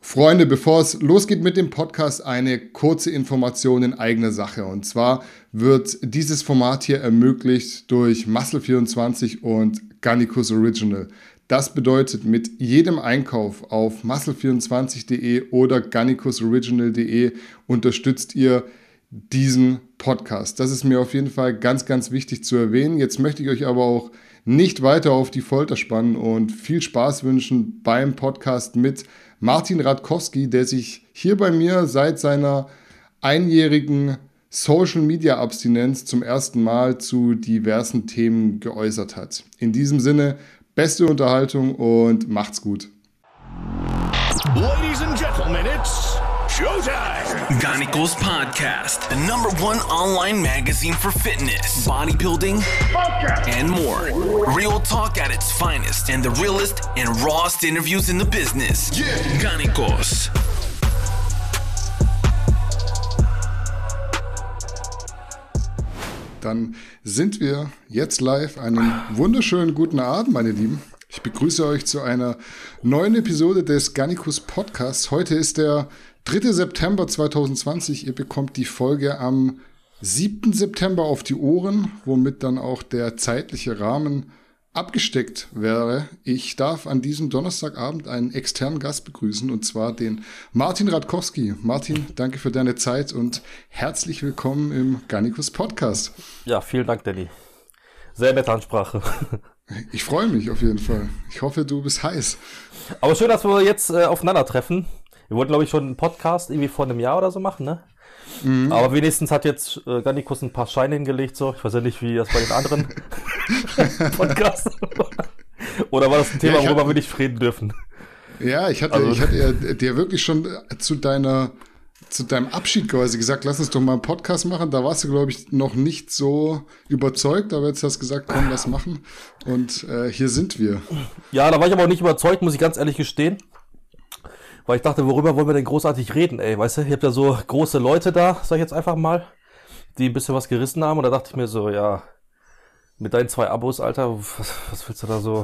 Freunde, bevor es losgeht mit dem Podcast, eine kurze Information in eigener Sache. Und zwar wird dieses Format hier ermöglicht durch Muscle24 und Gannikus Original. Das bedeutet, mit jedem Einkauf auf muscle24.de oder gannikusoriginal.de unterstützt ihr diesen Podcast. Das ist mir auf jeden Fall ganz, ganz wichtig zu erwähnen. Jetzt möchte ich euch aber auch nicht weiter auf die Folter spannen und viel Spaß wünschen beim Podcast mit Martin Radkowski, der sich hier bei mir seit seiner einjährigen Social-Media-Abstinenz zum ersten Mal zu diversen Themen geäußert hat. In diesem Sinne, beste Unterhaltung und macht's gut. Ladies and gentlemen, it's showtime! Gannikus Podcast, the #1 online magazine for fitness, bodybuilding, and more. Real talk at its finest and the realest and rawest interviews in the business. Yeah. Gannikus. Dann sind wir jetzt live. Einen wunderschönen guten Abend, meine Lieben. Ich begrüße euch zu einer neuen Episode des Gannikus Podcasts. Heute ist der 3. September 2020. Ihr bekommt die Folge am 7. September auf die Ohren, womit dann auch der zeitliche Rahmen abgesteckt wäre. Ich darf an diesem Donnerstagabend einen externen Gast begrüßen, und zwar den Martin Radkowski. Martin, danke für deine Zeit und herzlich willkommen im Gannikus Podcast. Ja, vielen Dank, Danny. Sehr nette Ansprache. Ich freue mich auf jeden Fall. Ich hoffe, du bist heiß. Aber schön, dass wir jetzt aufeinandertreffen. Wir wollten, glaube ich, schon einen Podcast irgendwie vor einem Jahr oder so machen, ne? Mhm. Aber wenigstens hat jetzt Gannikus ein paar Scheine hingelegt, so. Ich weiß ja nicht, wie das bei den anderen Podcasts war. Oder war das ein Thema, worüber wir nicht reden dürfen? Ja, ich hatte dir wirklich schon zu deinem Abschied quasi gesagt, lass uns doch mal einen Podcast machen. Da warst du, glaube ich, noch nicht so überzeugt, aber jetzt hast du gesagt, komm, lass machen. Und hier sind wir. Ja, da war ich aber auch nicht überzeugt, muss ich ganz ehrlich gestehen. Weil ich dachte, worüber wollen wir denn großartig reden, ey, weißt du? Ihr habt ja so große Leute da, sag ich jetzt einfach mal, die ein bisschen was gerissen haben. Und da dachte ich mir so, ja, mit deinen 2 Abos, Alter, was willst du da so...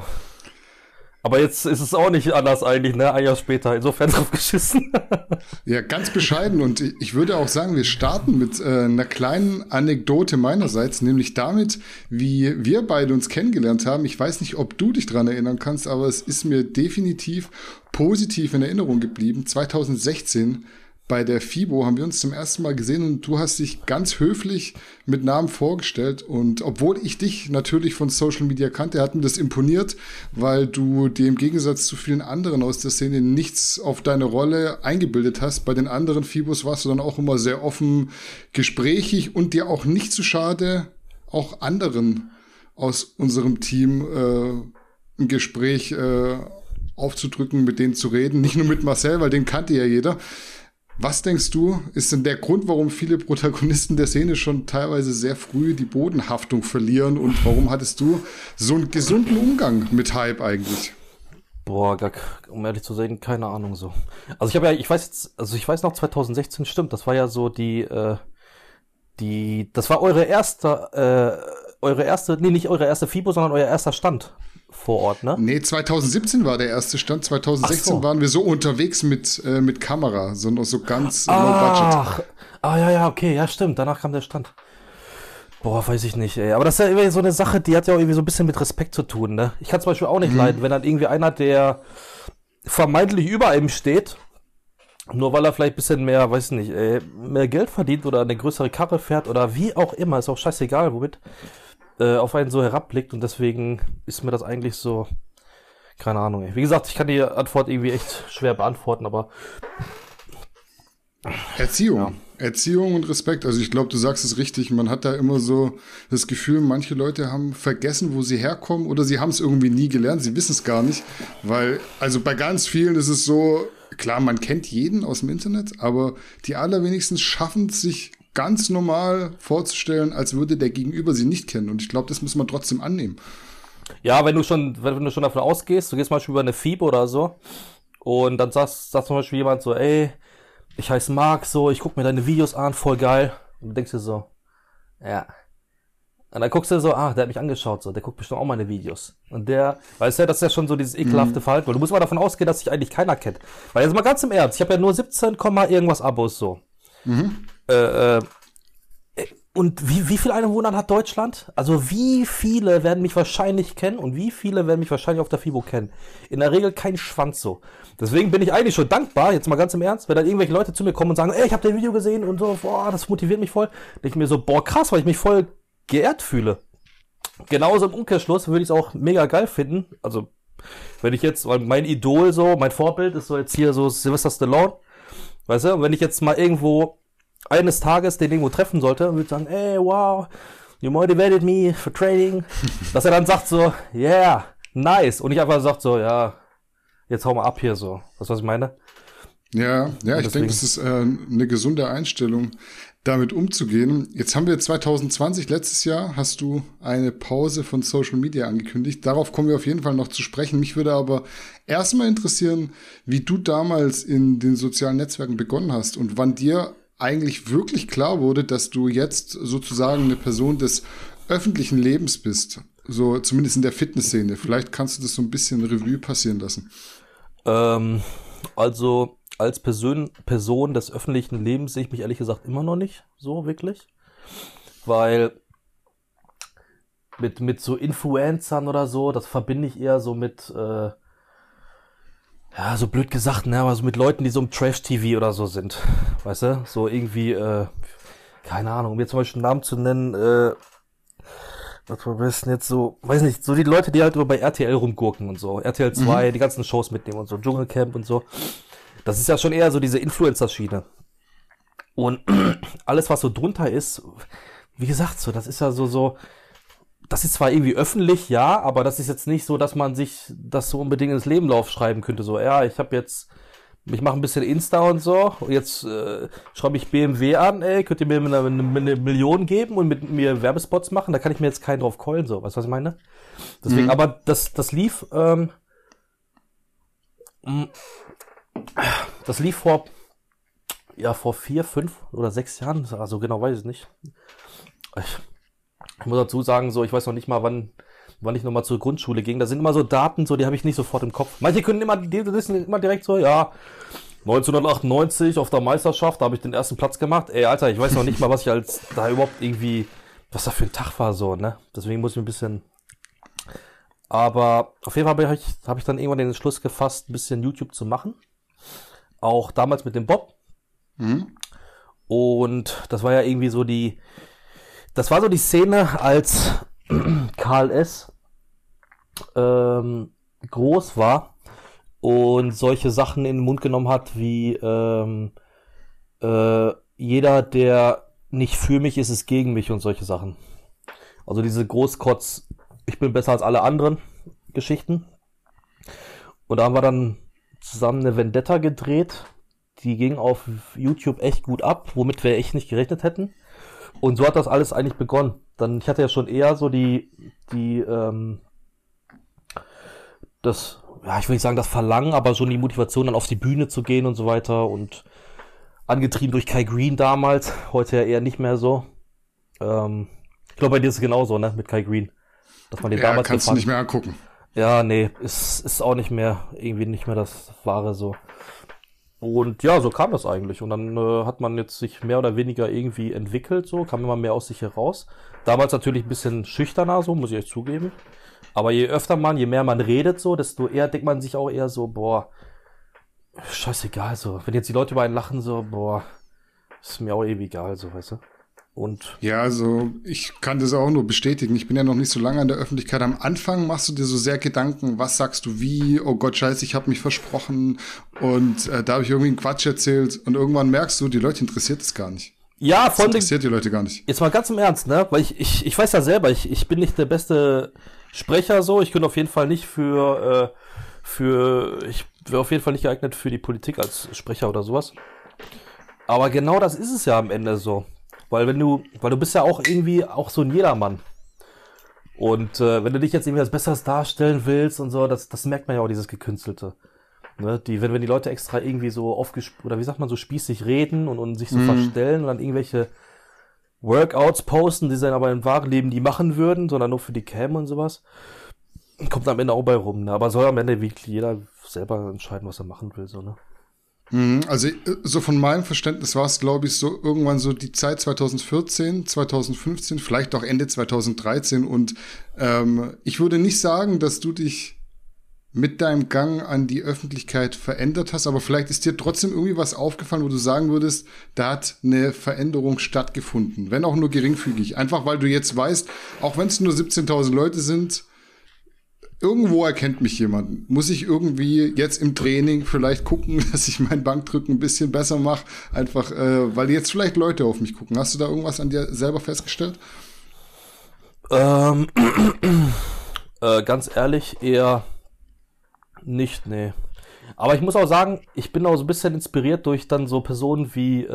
Aber jetzt ist es auch nicht anders eigentlich, ne? Ein Jahr später. Insofern drauf geschissen. Ja, ganz bescheiden. Und ich würde auch sagen, wir starten mit einer kleinen Anekdote meinerseits, nämlich damit, wie wir beide uns kennengelernt haben. Ich weiß nicht, ob du dich dran erinnern kannst, aber es ist mir definitiv positiv in Erinnerung geblieben. 2016 bei der FIBO haben wir uns zum ersten Mal gesehen und du hast dich ganz höflich mit Namen vorgestellt. Und obwohl ich dich natürlich von Social Media kannte, hat mir das imponiert, weil du dir im Gegensatz zu vielen anderen aus der Szene nichts auf deine Rolle eingebildet hast. Bei den anderen FIBOs warst du dann auch immer sehr offen, gesprächig und dir auch nicht zu schade, auch anderen aus unserem Team ein Gespräch aufzudrücken, mit denen zu reden. Nicht nur mit Marcel, weil den kannte ja jeder. Was denkst du, ist denn der Grund, warum viele Protagonisten der Szene schon teilweise sehr früh die Bodenhaftung verlieren, und warum hattest du so einen gesunden Umgang mit Hype eigentlich? Boah, um ehrlich zu sein, keine Ahnung so. Also ich weiß noch 2016, stimmt, das war ja so das war nicht eure erste FIBO, sondern euer erster Stand vor Ort, ne? Nee, 2017 war der erste Stand. 2016 waren wir so unterwegs mit Kamera, so ganz low budget. Ja, okay, ja, stimmt. Danach kam der Stand. Boah, weiß ich nicht, ey. Aber das ist ja irgendwie so eine Sache, die hat ja auch irgendwie so ein bisschen mit Respekt zu tun, ne? Ich kann zum Beispiel auch nicht leiden, wenn dann irgendwie einer, der vermeintlich über einem steht, nur weil er vielleicht ein bisschen mehr, weiß ich nicht, mehr Geld verdient oder eine größere Karre fährt oder wie auch immer, ist auch scheißegal, womit, auf einen so herabblickt, und deswegen ist mir das eigentlich so, keine Ahnung, ey. Wie gesagt, ich kann die Antwort irgendwie echt schwer beantworten, aber Erziehung und Respekt. Also ich glaube, du sagst es richtig. Man hat da immer so das Gefühl, manche Leute haben vergessen, wo sie herkommen, oder sie haben es irgendwie nie gelernt. Sie wissen es gar nicht, weil, also bei ganz vielen ist es so, klar, man kennt jeden aus dem Internet, aber die allerwenigsten schaffen es, sich ganz normal vorzustellen, als würde der Gegenüber sie nicht kennen. Und ich glaube, das muss man trotzdem annehmen. Ja, wenn du schon davon ausgehst, du gehst mal über eine FIBO oder so, und dann sagt zum Beispiel jemand so, ey, ich heiße Marc, so, ich guck mir deine Videos an, voll geil. Und du denkst dir so, ja, Und dann guckst du so, der hat mich angeschaut, so, der guckt bestimmt auch meine Videos. Und der, weißt du, das ist ja schon so dieses ekelhafte Verhalten, weil du musst mal davon ausgehen, dass sich eigentlich keiner kennt. Weil jetzt mal ganz im Ernst, ich habe ja nur 17, irgendwas Abos so. Und wie viele Einwohner hat Deutschland? Also wie viele werden mich wahrscheinlich kennen und wie viele werden mich wahrscheinlich auf der FIBO kennen? In der Regel kein Schwanz so. Deswegen bin ich eigentlich schon dankbar, jetzt mal ganz im Ernst, wenn dann irgendwelche Leute zu mir kommen und sagen, ey, ich habe dein Video gesehen und so, boah, das motiviert mich voll. Denke ich mir so, boah, krass, weil ich mich voll geehrt fühle. Genauso im Umkehrschluss würde ich es auch mega geil finden. Also, wenn ich jetzt, weil mein Idol so, mein Vorbild ist so jetzt hier so Sylvester Stallone. Weißt du, wenn ich jetzt mal irgendwo eines Tages den irgendwo treffen sollte, würde ich sagen, ey, wow, you motivated me for training. Dass er dann sagt so, yeah, nice. Und ich einfach sagt so, ja, jetzt hau mal ab hier so. Weißt du, was ich meine? Ja, ich denke, das ist eine gesunde Einstellung, damit umzugehen. Jetzt haben wir 2020, letztes Jahr, hast du eine Pause von Social Media angekündigt. Darauf kommen wir auf jeden Fall noch zu sprechen. Mich würde aber erstmal interessieren, wie du damals in den sozialen Netzwerken begonnen hast und wann dir eigentlich wirklich klar wurde, dass du jetzt sozusagen eine Person des öffentlichen Lebens bist. So zumindest in der Fitnessszene. Vielleicht kannst du das so ein bisschen Revue passieren lassen. Also als Person des öffentlichen Lebens sehe ich mich ehrlich gesagt immer noch nicht so wirklich. Weil mit so Influencern oder so, das verbinde ich eher so mit, ja, so blöd gesagt, ne, aber so mit Leuten, die so im Trash-TV oder so sind. Weißt du? So irgendwie, keine Ahnung, um jetzt zum Beispiel einen Namen zu nennen, was wir wissen jetzt so, weiß nicht, so die Leute, die halt immer bei RTL rumgurken und so, RTL 2, die ganzen Shows mitnehmen und so, Dschungelcamp und so. Das ist ja schon eher so diese Influencer-Schiene. Und alles, was so drunter ist, wie gesagt, so, das ist ja so, das ist zwar irgendwie öffentlich, ja, aber das ist jetzt nicht so, dass man sich das so unbedingt ins Lebenlauf schreiben könnte. So, ja, ich mache ein bisschen Insta und so, und jetzt schreibe ich BMW an, ey, könnt ihr mir eine Million geben und mit mir Werbespots machen? Da kann ich mir jetzt keinen drauf keulen, so, weißt du, was ich meine? Deswegen, aber das lief vor 4, 5 oder 6 Jahren, also genau weiß ich es nicht. Ich muss dazu sagen, so, ich weiß noch nicht mal, wann ich nochmal zur Grundschule ging. Da sind immer so Daten, so, die habe ich nicht sofort im Kopf. Manche können die wissen immer direkt so, ja, 1998 auf der Meisterschaft, da habe ich den ersten Platz gemacht. Ey, Alter, ich weiß noch nicht mal, was da für ein Tag war, so, ne? Deswegen muss ich ein bisschen. Aber auf jeden Fall habe ich dann irgendwann den Entschluss gefasst, ein bisschen YouTube zu machen. Auch damals mit dem Bob. Und das war ja irgendwie so die Szene, als Karl S. Groß war und solche Sachen in den Mund genommen hat, wie jeder, der nicht für mich ist, ist gegen mich und solche Sachen. Also diese Großkotz, ich bin besser als alle anderen Geschichten. Und da haben wir dann zusammen eine Vendetta gedreht. Die ging auf YouTube echt gut ab, womit wir echt nicht gerechnet hätten. Und so hat das alles eigentlich begonnen. Ich hatte ja schon eher so das, ja, ich will nicht sagen das Verlangen, aber schon die Motivation, dann auf die Bühne zu gehen und so weiter. Und angetrieben durch Kai Green damals, heute ja eher nicht mehr so. Ich glaube, bei dir ist es genauso, ne, mit Kai Green. Dass man den damals kannst du nicht mehr angucken. Ja, nee, ist auch nicht mehr, irgendwie nicht mehr das Wahre so. Und ja, so kam das eigentlich. Und dann hat man jetzt sich mehr oder weniger irgendwie entwickelt, so, kam immer mehr aus sich heraus. Damals natürlich ein bisschen schüchterner, so, muss ich euch zugeben. Aber je mehr man redet, so, desto eher denkt man sich auch eher so, boah, scheißegal, so. Wenn jetzt die Leute über einen lachen, so, boah, ist mir auch ewig egal, so, weißt du. Und ja, also ich kann das auch nur bestätigen. Ich bin ja noch nicht so lange in der Öffentlichkeit. Am Anfang machst du dir so sehr Gedanken, was sagst du wie? Oh Gott, scheiße, ich habe mich versprochen. Und da habe ich irgendwie einen Quatsch erzählt. Und irgendwann merkst du, die Leute interessiert es gar nicht. Ja, das interessiert die Leute gar nicht. Jetzt mal ganz im Ernst, ne? Weil ich weiß ja selber, ich bin nicht der beste Sprecher so. Ich könnte auf jeden Fall nicht ich wäre auf jeden Fall nicht geeignet für die Politik als Sprecher oder sowas. Aber genau das ist es ja am Ende so. Weil du bist ja auch irgendwie auch so ein Jedermann. Und wenn du dich jetzt irgendwie als Besseres darstellen willst und so, das merkt man ja auch, dieses Gekünstelte. Ne? Wenn die Leute extra irgendwie so oder wie sagt man, so spießig reden und sich so verstellen und dann irgendwelche Workouts posten, die sie dann aber im wahren Leben nie machen würden, sondern nur für die Cam und sowas. Kommt am Ende auch bei rum, ne? Aber soll am Ende wirklich jeder selber entscheiden, was er machen will, so, ne? Also so von meinem Verständnis war es, glaube ich, so irgendwann so die Zeit 2014, 2015, vielleicht auch Ende 2013 und ich würde nicht sagen, dass du dich mit deinem Gang an die Öffentlichkeit verändert hast, aber vielleicht ist dir trotzdem irgendwie was aufgefallen, wo du sagen würdest, da hat eine Veränderung stattgefunden, wenn auch nur geringfügig. Einfach weil du jetzt weißt, auch wenn es nur 17.000 Leute sind, irgendwo erkennt mich jemand. Muss ich irgendwie jetzt im Training vielleicht gucken, dass ich mein Bankdrücken ein bisschen besser mache, einfach weil jetzt vielleicht Leute auf mich gucken. Hast du da irgendwas an dir selber festgestellt? Ganz ehrlich, eher nicht, nee. Aber ich muss auch sagen, ich bin auch so ein bisschen inspiriert durch dann so Personen wie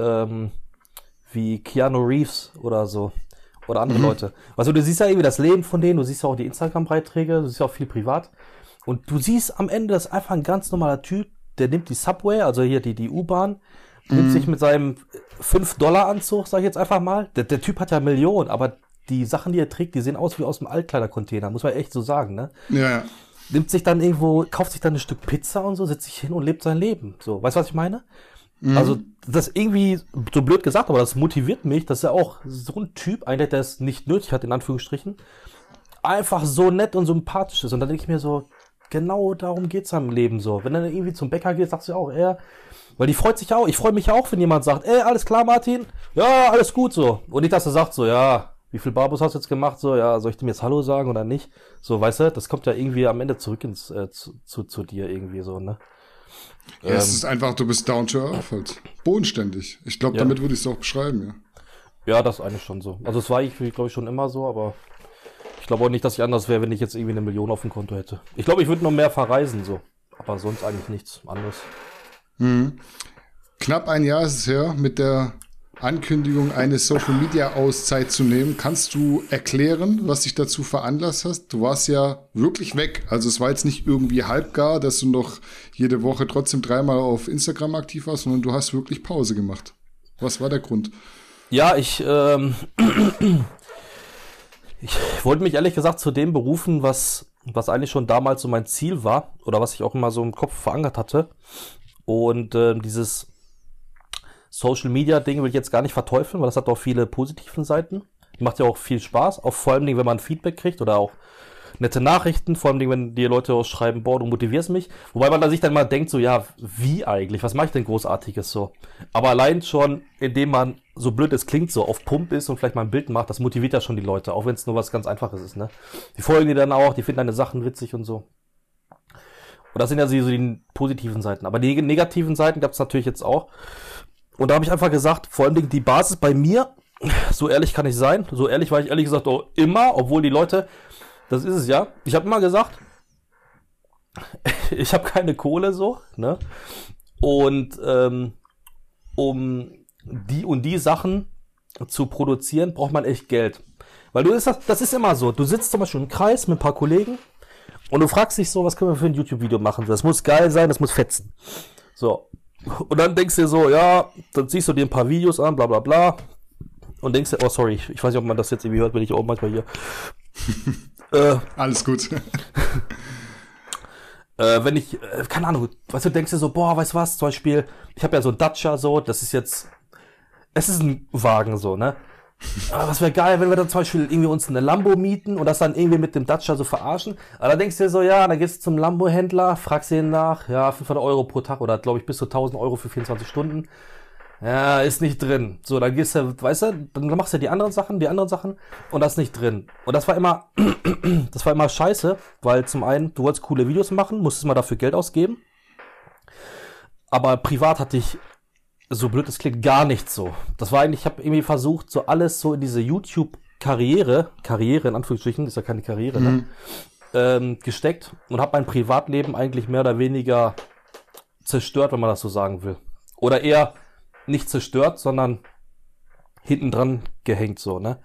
Keanu Reeves oder so. Oder andere Leute. Also du siehst ja irgendwie das Leben von denen, du siehst ja auch die Instagram-Beiträge, du siehst ja auch viel privat. Und du siehst am Ende, das ist einfach ein ganz normaler Typ, der nimmt die Subway, also hier die U-Bahn, nimmt sich mit seinem $5-Anzug, sag ich jetzt einfach mal. Der Typ hat ja Millionen, aber die Sachen, die er trägt, die sehen aus wie aus dem Altkleidercontainer, muss man echt so sagen, ne? Ja. Nimmt sich dann irgendwo, kauft sich dann ein Stück Pizza und so, setzt sich hin und lebt sein Leben. So, weißt du, was ich meine? Also, das irgendwie, so blöd gesagt, aber das motiviert mich, dass er auch so ein Typ, einer, der es nicht nötig hat, in Anführungsstrichen, einfach so nett und sympathisch ist. Und dann denke ich mir so, genau darum geht's im Leben so. Wenn er dann irgendwie zum Bäcker geht, sagst du auch, weil die freut sich auch, ich freue mich ja auch, wenn jemand sagt, alles klar, Martin? Ja, alles gut so. Und nicht, dass er sagt so, ja, wie viel Barbus hast du jetzt gemacht? So, ja, soll ich dem jetzt Hallo sagen oder nicht? So, weißt du, das kommt ja irgendwie am Ende zurück zu dir irgendwie so, ne? Ja, es ist einfach, du bist down to earth halt. Bodenständig. Ich glaube, damit würde ich es auch beschreiben, ja. Ja, das ist eigentlich schon so. Also es war ich, glaube ich, schon immer so, aber ich glaube auch nicht, dass ich anders wäre, wenn ich jetzt irgendwie 1 Million auf dem Konto hätte. Ich glaube, ich würde noch mehr verreisen, so. Aber sonst eigentlich nichts anderes. Knapp ein Jahr ist es her mit der Ankündigung, eine Social-Media-Auszeit zu nehmen. Kannst du erklären, was dich dazu veranlasst hast? Du warst ja wirklich weg. Also es war jetzt nicht irgendwie halbgar, dass du noch jede Woche trotzdem 3-mal auf Instagram aktiv warst, sondern du hast wirklich Pause gemacht. Was war der Grund? Ja, ich wollte mich ehrlich gesagt zu dem berufen, was eigentlich schon damals so mein Ziel war oder was ich auch immer so im Kopf verankert hatte. Und dieses Social-Media-Ding will ich jetzt gar nicht verteufeln, weil das hat auch viele positiven Seiten. Macht ja auch viel Spaß, auch vor allem, wenn man Feedback kriegt oder auch nette Nachrichten, vor allem, wenn die Leute auch schreiben, boah, du motivierst mich. Wobei man da sich dann mal denkt, so, ja, wie eigentlich? Was mache ich denn Großartiges so? Aber allein schon, indem man, so blöd es klingt, so auf Pump ist und vielleicht mal ein Bild macht, das motiviert ja schon die Leute, auch wenn es nur was ganz Einfaches ist, ne? Die folgen dir dann auch, die finden deine Sachen witzig und so. Und das sind ja so die positiven Seiten. Aber die negativen Seiten gab es natürlich jetzt auch. Und da habe ich einfach gesagt, vor allem die Basis bei mir, so ehrlich kann ich sein, so ehrlich war ich ehrlich gesagt auch immer, obwohl die Leute, das ist es ja, ich habe immer gesagt, ich habe keine Kohle so, ne? Und um die und die Sachen zu produzieren, braucht man echt Geld. Weil das ist immer so, du sitzt zum Beispiel im Kreis mit ein paar Kollegen und du fragst dich so, was können wir für ein YouTube-Video machen? Das muss geil sein, das muss fetzen. So. Und dann denkst du dir so, ja, dann ziehst du dir ein paar Videos an, bla bla bla. Und denkst dir, oh sorry, ich weiß nicht, ob man das jetzt irgendwie hört, wenn ich auch manchmal hier. Alles gut. Wenn ich, keine Ahnung, weißt du, denkst dir so, boah, weißt du was, zum Beispiel, ich habe ja so ein Dacia so, das ist jetzt, es ist ein Wagen so, ne? Aber was wäre geil, wenn wir dann zum Beispiel irgendwie uns eine Lambo mieten und das dann irgendwie mit dem Dacia so verarschen. Aber dann denkst du dir so, ja, dann gehst du zum Lambo-Händler, fragst ihn nach, ja, 500 Euro pro Tag oder glaube ich bis zu 1000 Euro für 24 Stunden. Ja, ist nicht drin. So, dann gehst du, weißt du, dann machst du die anderen Sachen und das ist nicht drin. Und das war immer scheiße, weil zum einen, du wolltest coole Videos machen, musstest mal dafür Geld ausgeben. Aber privat hatte ich, so blöd es klingt, gar nicht so. Das war eigentlich, ich habe irgendwie versucht, so alles so in diese YouTube-Karriere in Anführungsstrichen, ist ja keine Karriere, ne? Gesteckt und habe mein Privatleben eigentlich mehr oder weniger zerstört, wenn man das so sagen will. Oder eher nicht zerstört, sondern hinten dran gehängt, so, ne?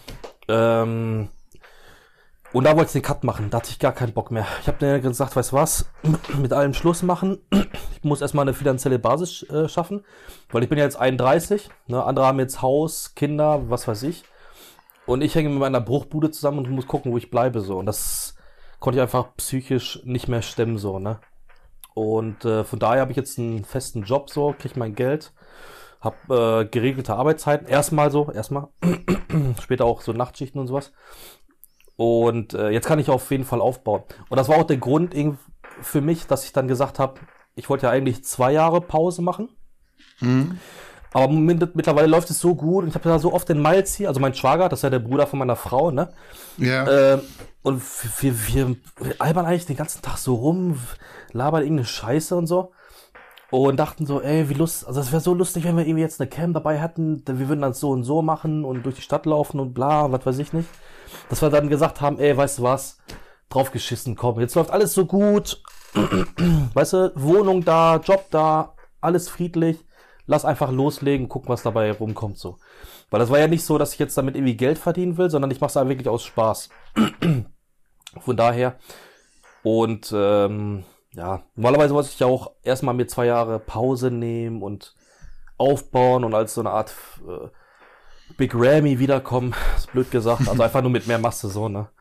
Und da wollte ich den Cut machen, da hatte ich gar keinen Bock mehr. Ich habe dir gesagt, weißt du was, mit allem Schluss machen. ich muss erstmal eine finanzielle Basis schaffen, weil ich bin ja jetzt 31, ne? Andere haben jetzt Haus, Kinder, was weiß ich. Und ich hänge mit meiner Bruchbude zusammen und muss gucken, wo ich bleibe, so. Und das konnte ich einfach psychisch nicht mehr stemmen, so, ne? Und von daher habe ich jetzt einen festen Job, so, kriege mein Geld, habe geregelte Arbeitszeiten, erstmal, später auch so Nachtschichten und sowas. Und jetzt kann ich auf jeden Fall aufbauen. Und das war auch der Grund für mich, dass ich dann gesagt habe, ich wollte ja eigentlich 2 Jahre Pause machen. Mhm. Aber mittlerweile läuft es so gut und ich habe da so oft den Miles hier, also mein Schwager, das ist ja der Bruder von meiner Frau, ne? Ja. Und wir albern eigentlich den ganzen Tag so rum, labern irgendeine Scheiße und so. Und dachten so, ey, also es wäre so lustig, wenn wir irgendwie jetzt eine Cam dabei hätten, wir würden das so und so machen und durch die Stadt laufen und bla, was weiß ich nicht. Dass wir dann gesagt haben, ey, weißt du was, draufgeschissen, komm, jetzt läuft alles so gut, weißt du, Wohnung da, Job da, alles friedlich. Lass einfach loslegen, gucken, was dabei rumkommt, so. Weil das war ja nicht so, dass ich jetzt damit irgendwie Geld verdienen will, sondern ich mache es einfach wirklich aus Spaß. Von daher. Und ja, normalerweise wollte ich ja auch erstmal mir 2 Jahre Pause nehmen und aufbauen und als so eine Art Big Ramy wiederkommen, ist blöd gesagt. Also einfach nur mit mehr Masse, so, ne.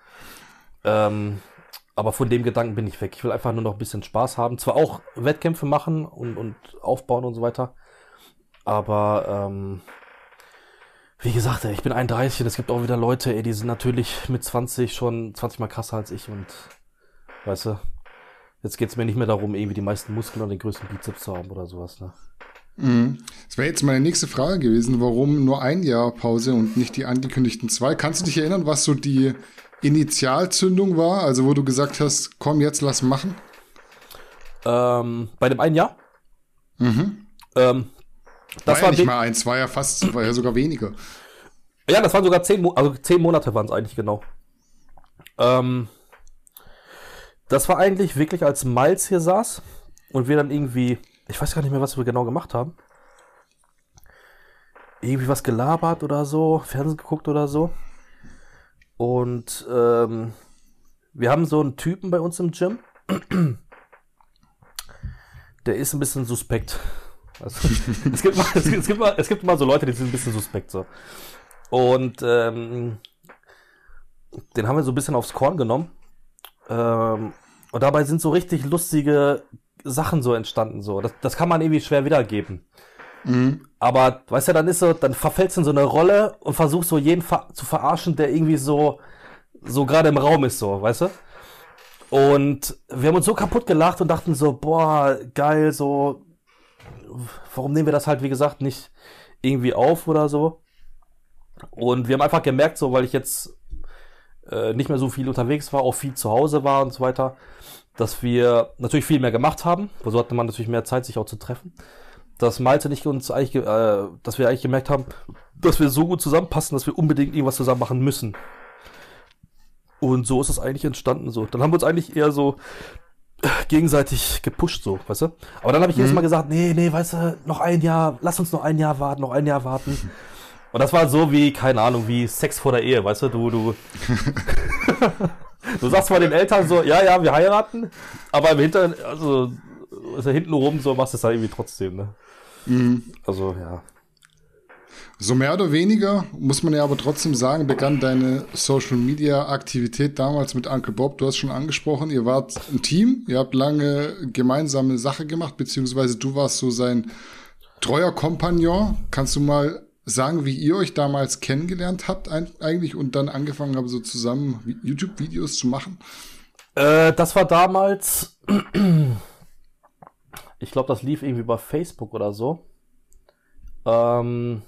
Aber von dem Gedanken bin ich weg. Ich will einfach nur noch ein bisschen Spaß haben. Zwar auch Wettkämpfe machen und aufbauen und so weiter. Aber, wie gesagt, ich bin 31 und es gibt auch wieder Leute, die sind natürlich mit 20 schon 20 Mal krasser als ich und, weißt du, jetzt geht's mir nicht mehr darum, irgendwie die meisten Muskeln und den größten Bizeps zu haben oder sowas, ne? Das wäre jetzt meine nächste Frage gewesen, warum nur 1 Jahr Pause und nicht die angekündigten 2? Kannst du dich erinnern, was so die Initialzündung war, also wo du gesagt hast, komm, jetzt lass machen? Bei dem 1 Jahr? Das war ja nicht mal 1, war ja sogar weniger. Ja, das waren sogar 10 Monate waren es eigentlich genau. Das war eigentlich wirklich, als Miles hier saß und wir dann irgendwie, ich weiß gar nicht mehr, was wir genau gemacht haben. Irgendwie was gelabert oder so, Fernsehen geguckt oder so. Und wir haben so einen Typen bei uns im Gym. Der ist ein bisschen suspekt. Also, es gibt mal so Leute, die sind ein bisschen suspekt so. Und den haben wir so ein bisschen aufs Korn genommen. Und dabei sind so richtig lustige Sachen so entstanden. So. Das kann man irgendwie schwer wiedergeben. Aber, weißt du, dann verfällst du in so eine Rolle und versuchst so jeden zu verarschen, der irgendwie so gerade im Raum ist, so, weißt du? Und wir haben uns so kaputt gelacht und dachten so, boah, geil, so, warum nehmen wir das halt, wie gesagt, nicht irgendwie auf oder so? Und wir haben einfach gemerkt, so, weil ich jetzt nicht mehr so viel unterwegs war, auch viel zu Hause war und so weiter, dass wir natürlich viel mehr gemacht haben, weil so hatte man natürlich mehr Zeit, sich auch zu treffen. Dass Malte und ich uns eigentlich, dass wir eigentlich gemerkt haben, dass wir so gut zusammenpassen, dass wir unbedingt irgendwas zusammen machen müssen. Und so ist es eigentlich entstanden, so. Dann haben wir uns eigentlich eher so gegenseitig gepusht, so, weißt du? Aber dann habe ich jedes Mal gesagt, nee, weißt du, noch 1 Jahr, lass uns noch 1 Jahr warten, noch 1 Jahr warten. Und das war so wie, keine Ahnung, wie Sex vor der Ehe, weißt du, du sagst zwar den Eltern so, ja, wir heiraten, aber im Hintergrund, also, ist ja hintenrum so, machst du es dann irgendwie trotzdem, ne? Also, ja. So mehr oder weniger, muss man ja aber trotzdem sagen, begann deine Social-Media-Aktivität damals mit Uncle Bob. Du hast schon angesprochen, ihr wart ein Team, ihr habt lange gemeinsame Sache gemacht, beziehungsweise du warst so sein treuer Kompagnon. Kannst du mal sagen, wie ihr euch damals kennengelernt habt eigentlich und dann angefangen habt, so zusammen YouTube-Videos zu machen? Das war damals, ich glaube, das lief irgendwie bei Facebook oder so. Schon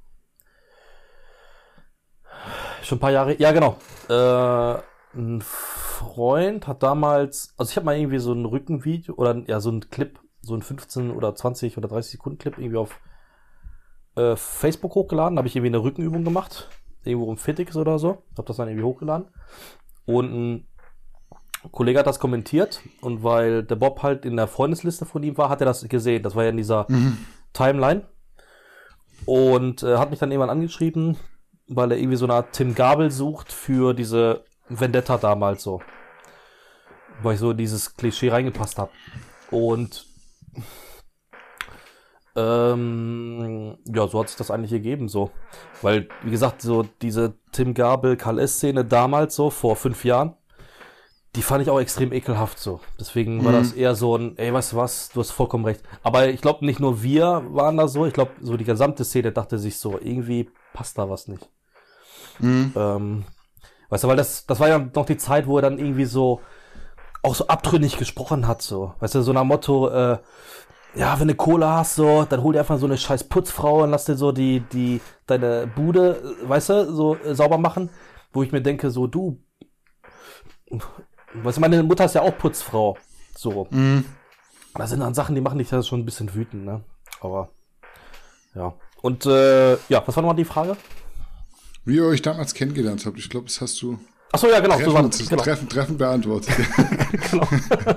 ein paar Jahre, ja genau. Ein Freund hat damals, also ich habe mal irgendwie so ein Rückenvideo oder ja so ein Clip, so ein 15 oder 20 oder 30 Sekunden Clip irgendwie auf Facebook hochgeladen, habe ich irgendwie eine Rückenübung gemacht, irgendwo im Fitix oder so, habe das dann irgendwie hochgeladen und ein Kollege hat das kommentiert und weil der Bob halt in der Freundesliste von ihm war, hat er das gesehen, das war ja in dieser Timeline und hat mich dann irgendwann angeschrieben, weil er irgendwie so eine Art Tim Gabel sucht für diese Vendetta damals so, weil ich so in dieses Klischee reingepasst habe und Ja, so hat sich das eigentlich ergeben, so. Weil, wie gesagt, so diese Tim Gabel, Karl S-Szene damals, so, vor 5 Jahren, die fand ich auch extrem ekelhaft, so. Deswegen war das eher so ein, ey, weißt du was, du hast vollkommen recht. Aber ich glaube, nicht nur wir waren da so, ich glaube, so die gesamte Szene dachte sich so, irgendwie passt da was nicht. Weißt du, weil das war ja noch die Zeit, wo er dann irgendwie so, auch so abtrünnig gesprochen hat, so. Weißt du, so nach Motto, ja, wenn du Kohle hast, so, dann hol dir einfach so eine scheiß Putzfrau und lass dir so deine Bude, weißt du, so sauber machen, wo ich mir denke, so, du, weißt du, meine Mutter ist ja auch Putzfrau, so. Das sind dann Sachen, die machen dich ja schon ein bisschen wütend, ne, aber, ja. Und, ja, was war nochmal die Frage? Wie ihr euch damals kennengelernt habt, ich glaube, das hast du... Achso, ja, genau. Treffend beantwortet. Genau.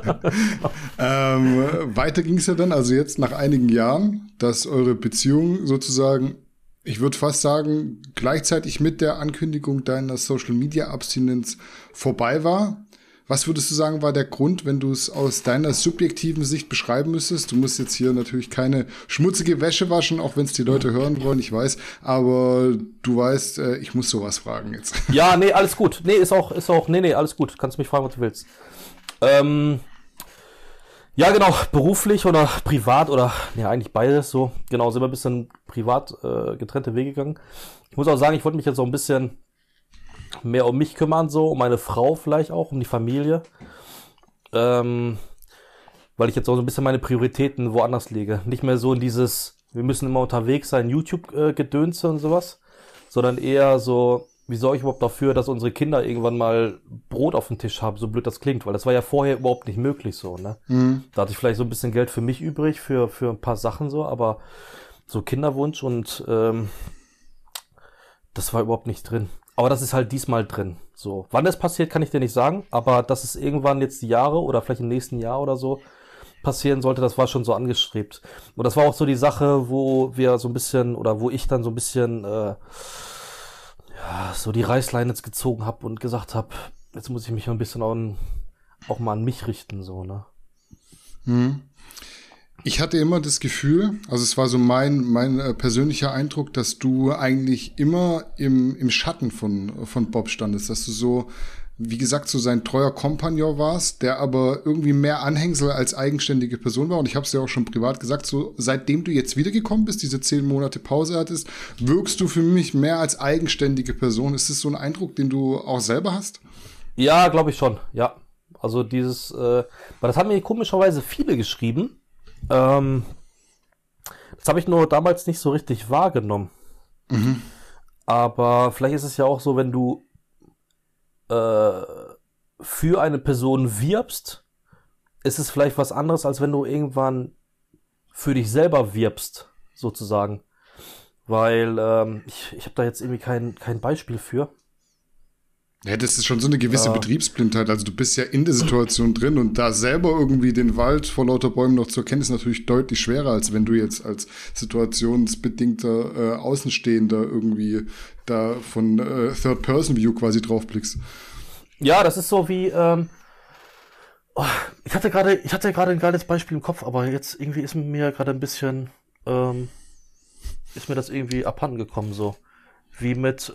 Weiter ging es ja dann, also jetzt nach einigen Jahren, dass eure Beziehung sozusagen, ich würde fast sagen, gleichzeitig mit der Ankündigung deiner Social-Media-Abstinenz vorbei war. Was würdest du sagen, war der Grund, wenn du es aus deiner subjektiven Sicht beschreiben müsstest? Du musst jetzt hier natürlich keine schmutzige Wäsche waschen, auch wenn es die Leute hören wollen, ich weiß. Aber du weißt, ich muss sowas fragen jetzt. Ja, nee, alles gut. Nee, ist auch, nee, alles gut. Kannst mich fragen, was du willst. Ja, genau, beruflich oder privat oder, ja, eigentlich beides so. Genau, sind wir ein bisschen privat getrennte Wege gegangen. Ich muss auch sagen, ich wollte mich jetzt auch ein bisschen mehr um mich kümmern, so, um meine Frau vielleicht auch, um die Familie. Weil ich jetzt auch so ein bisschen meine Prioritäten woanders lege. Nicht mehr so in dieses, wir müssen immer unterwegs sein, YouTube-Gedönse und sowas, sondern eher so, wie sorge ich überhaupt dafür, dass unsere Kinder irgendwann mal Brot auf dem Tisch haben, so blöd das klingt, weil das war ja vorher überhaupt nicht möglich so, ne? Da hatte ich vielleicht so ein bisschen Geld für mich übrig, für ein paar Sachen so, aber so Kinderwunsch und das war überhaupt nicht drin. Aber das ist halt diesmal drin. So, wann das passiert, kann ich dir nicht sagen. Aber dass es irgendwann jetzt die Jahre oder vielleicht im nächsten Jahr oder so passieren sollte, das war schon so angestrebt. Und das war auch so die Sache, wo wir so ein bisschen, oder wo ich dann so ein bisschen, ja, so die Reißleine jetzt gezogen habe und gesagt habe, jetzt muss ich mich ein bisschen auch mal an mich richten, so, ne? Ich hatte immer das Gefühl, also es war so mein persönlicher Eindruck, dass du eigentlich immer im Schatten von Bob standest, dass du so, wie gesagt, so sein treuer Kompagnon warst, der aber irgendwie mehr Anhängsel als eigenständige Person war. Und ich habe es ja auch schon privat gesagt, so seitdem du jetzt wiedergekommen bist, diese 10 Monate Pause hattest, wirkst du für mich mehr als eigenständige Person. Ist das so ein Eindruck, den du auch selber hast? Ja, glaube ich schon, ja. Also dieses, weil das haben mir komischerweise viele geschrieben. Das habe ich nur damals nicht so richtig wahrgenommen. Aber vielleicht ist es ja auch so, wenn du für eine Person wirbst, ist es vielleicht was anderes, als wenn du irgendwann für dich selber wirbst, sozusagen. Weil ich habe da jetzt irgendwie kein Beispiel für. Ja, das ist schon so eine gewisse Betriebsblindheit. Also du bist ja in der Situation drin und da selber irgendwie den Wald vor lauter Bäumen noch zu erkennen, ist natürlich deutlich schwerer, als wenn du jetzt als situationsbedingter Außenstehender irgendwie da von Third-Person-View quasi draufblickst. Ja, das ist so wie, ich hatte gerade ein geiles Beispiel im Kopf, aber jetzt irgendwie ist mir gerade ein bisschen, ist mir das irgendwie abhanden gekommen, so. Wie mit,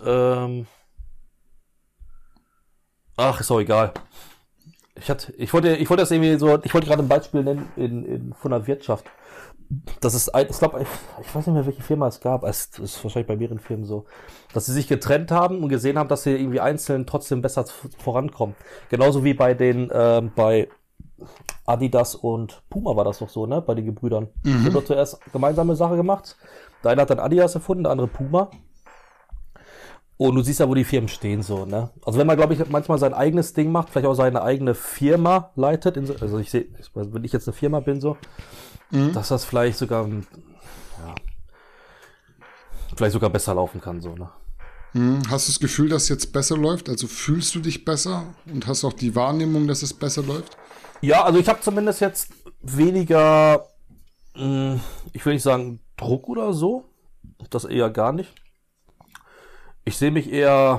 ach, ist auch egal. Ich wollte das irgendwie so, ich wollte gerade ein Beispiel nennen von der Wirtschaft. Das ist ich glaube, ich weiß nicht mehr, welche Firma es gab. Es ist wahrscheinlich bei mehreren Firmen so, dass sie sich getrennt haben und gesehen haben, dass sie irgendwie einzeln trotzdem besser vorankommen. Genauso wie bei Adidas und Puma war das doch so, ne? Bei den Gebrüdern. Die haben doch zuerst gemeinsame Sache gemacht. Der eine hat dann Adidas erfunden, der andere Puma. Und du siehst ja, wo die Firmen stehen, so, ne? Also wenn man, glaube ich, manchmal sein eigenes Ding macht, vielleicht auch seine eigene Firma leitet, also ich sehe, wenn ich jetzt eine Firma bin, so, dass das vielleicht sogar, ja, vielleicht sogar besser laufen kann, so, ne? Hast du das Gefühl, dass es jetzt besser läuft? Also fühlst du dich besser und hast auch die Wahrnehmung, dass es besser läuft? Ja, also ich habe zumindest jetzt weniger, ich will nicht sagen Druck oder so, das eher gar nicht. Ich sehe mich eher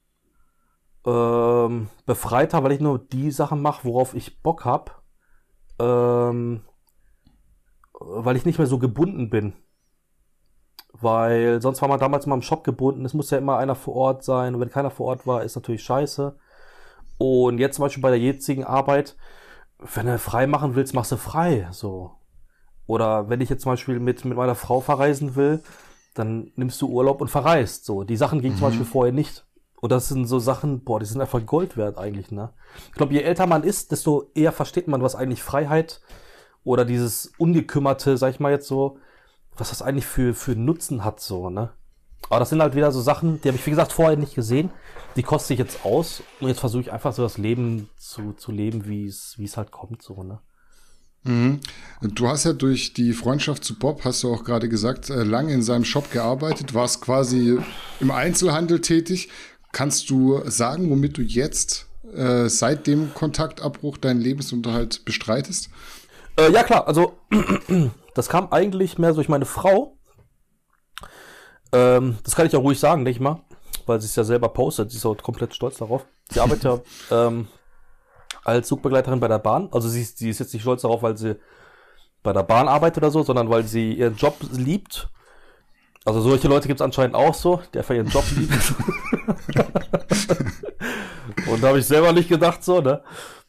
befreiter, weil ich nur die Sachen mache, worauf ich Bock habe. weil ich nicht mehr so gebunden bin. Weil sonst war man damals mal im Shop gebunden, es muss ja immer einer vor Ort sein und wenn keiner vor Ort war, ist natürlich scheiße. Und jetzt zum Beispiel bei der jetzigen Arbeit, wenn du frei machen willst, machst du frei, so. Oder wenn ich jetzt zum Beispiel mit meiner Frau verreisen will, dann nimmst du Urlaub und verreist, so. Die Sachen gingen zum Beispiel vorher nicht. Und das sind so Sachen, die sind einfach Gold wert eigentlich, ne. Ich glaube, je älter man ist, desto eher versteht man, was eigentlich Freiheit oder dieses Ungekümmerte, sag ich mal jetzt so, was das eigentlich für Nutzen hat, so, ne? Aber das sind halt wieder so Sachen, die habe ich, wie gesagt, vorher nicht gesehen. Die koste ich jetzt aus und jetzt versuche ich einfach so das Leben zu leben, wie es halt kommt, so, ne? Mhm. Du hast ja durch die Freundschaft zu Bob, hast du auch gerade gesagt, lange in seinem Shop gearbeitet, warst quasi im Einzelhandel tätig. Kannst du sagen, womit du jetzt seit dem Kontaktabbruch deinen Lebensunterhalt bestreitest? Ja, klar, also das kam eigentlich mehr durch meine Frau. Das kann ich ja ruhig sagen, denke ich mal, weil sie es ja selber postet. Sie ist auch komplett stolz darauf. Sie arbeitet ja als Zugbegleiterin bei der Bahn. Also sie ist jetzt nicht stolz darauf, weil sie bei der Bahn arbeitet oder so, sondern weil sie ihren Job liebt. Also solche Leute gibt es anscheinend auch so, die einfach ihren Job lieben. Und da habe ich selber nicht gedacht so, ne?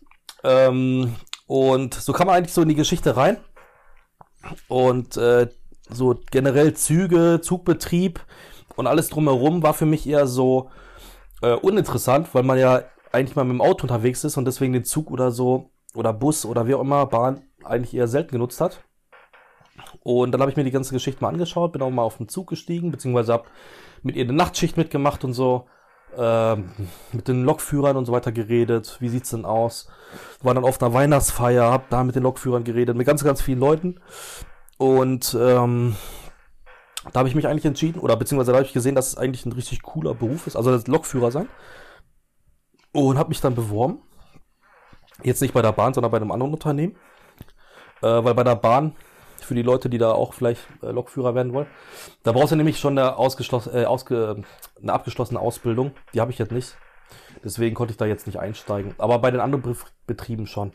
Und so kann man eigentlich so in die Geschichte rein. Und so generell Züge, Zugbetrieb und alles drumherum war für mich eher so uninteressant, weil man ja eigentlich mal mit dem Auto unterwegs ist und deswegen den Zug oder so oder Bus oder wie auch immer, Bahn eigentlich eher selten genutzt hat. Und dann habe ich mir die ganze Geschichte mal angeschaut, bin auch mal auf den Zug gestiegen, beziehungsweise habe mit ihr eine Nachtschicht mitgemacht und so, mit den Lokführern und so weiter geredet. Wie sieht's denn aus? War dann auf einer Weihnachtsfeier, hab da mit den Lokführern geredet, mit ganz, ganz vielen Leuten. Und da habe ich mich eigentlich entschieden, oder beziehungsweise da habe ich gesehen, dass es eigentlich ein richtig cooler Beruf ist, also das Lokführer sein. Und habe mich dann beworben. Jetzt nicht bei der Bahn, sondern bei einem anderen Unternehmen. Weil bei der Bahn, für die Leute, die da auch vielleicht Lokführer werden wollen, da brauchst du nämlich schon eine abgeschlossene Ausbildung. Die habe ich jetzt nicht. Deswegen konnte ich da jetzt nicht einsteigen. Aber bei den anderen Betrieben schon.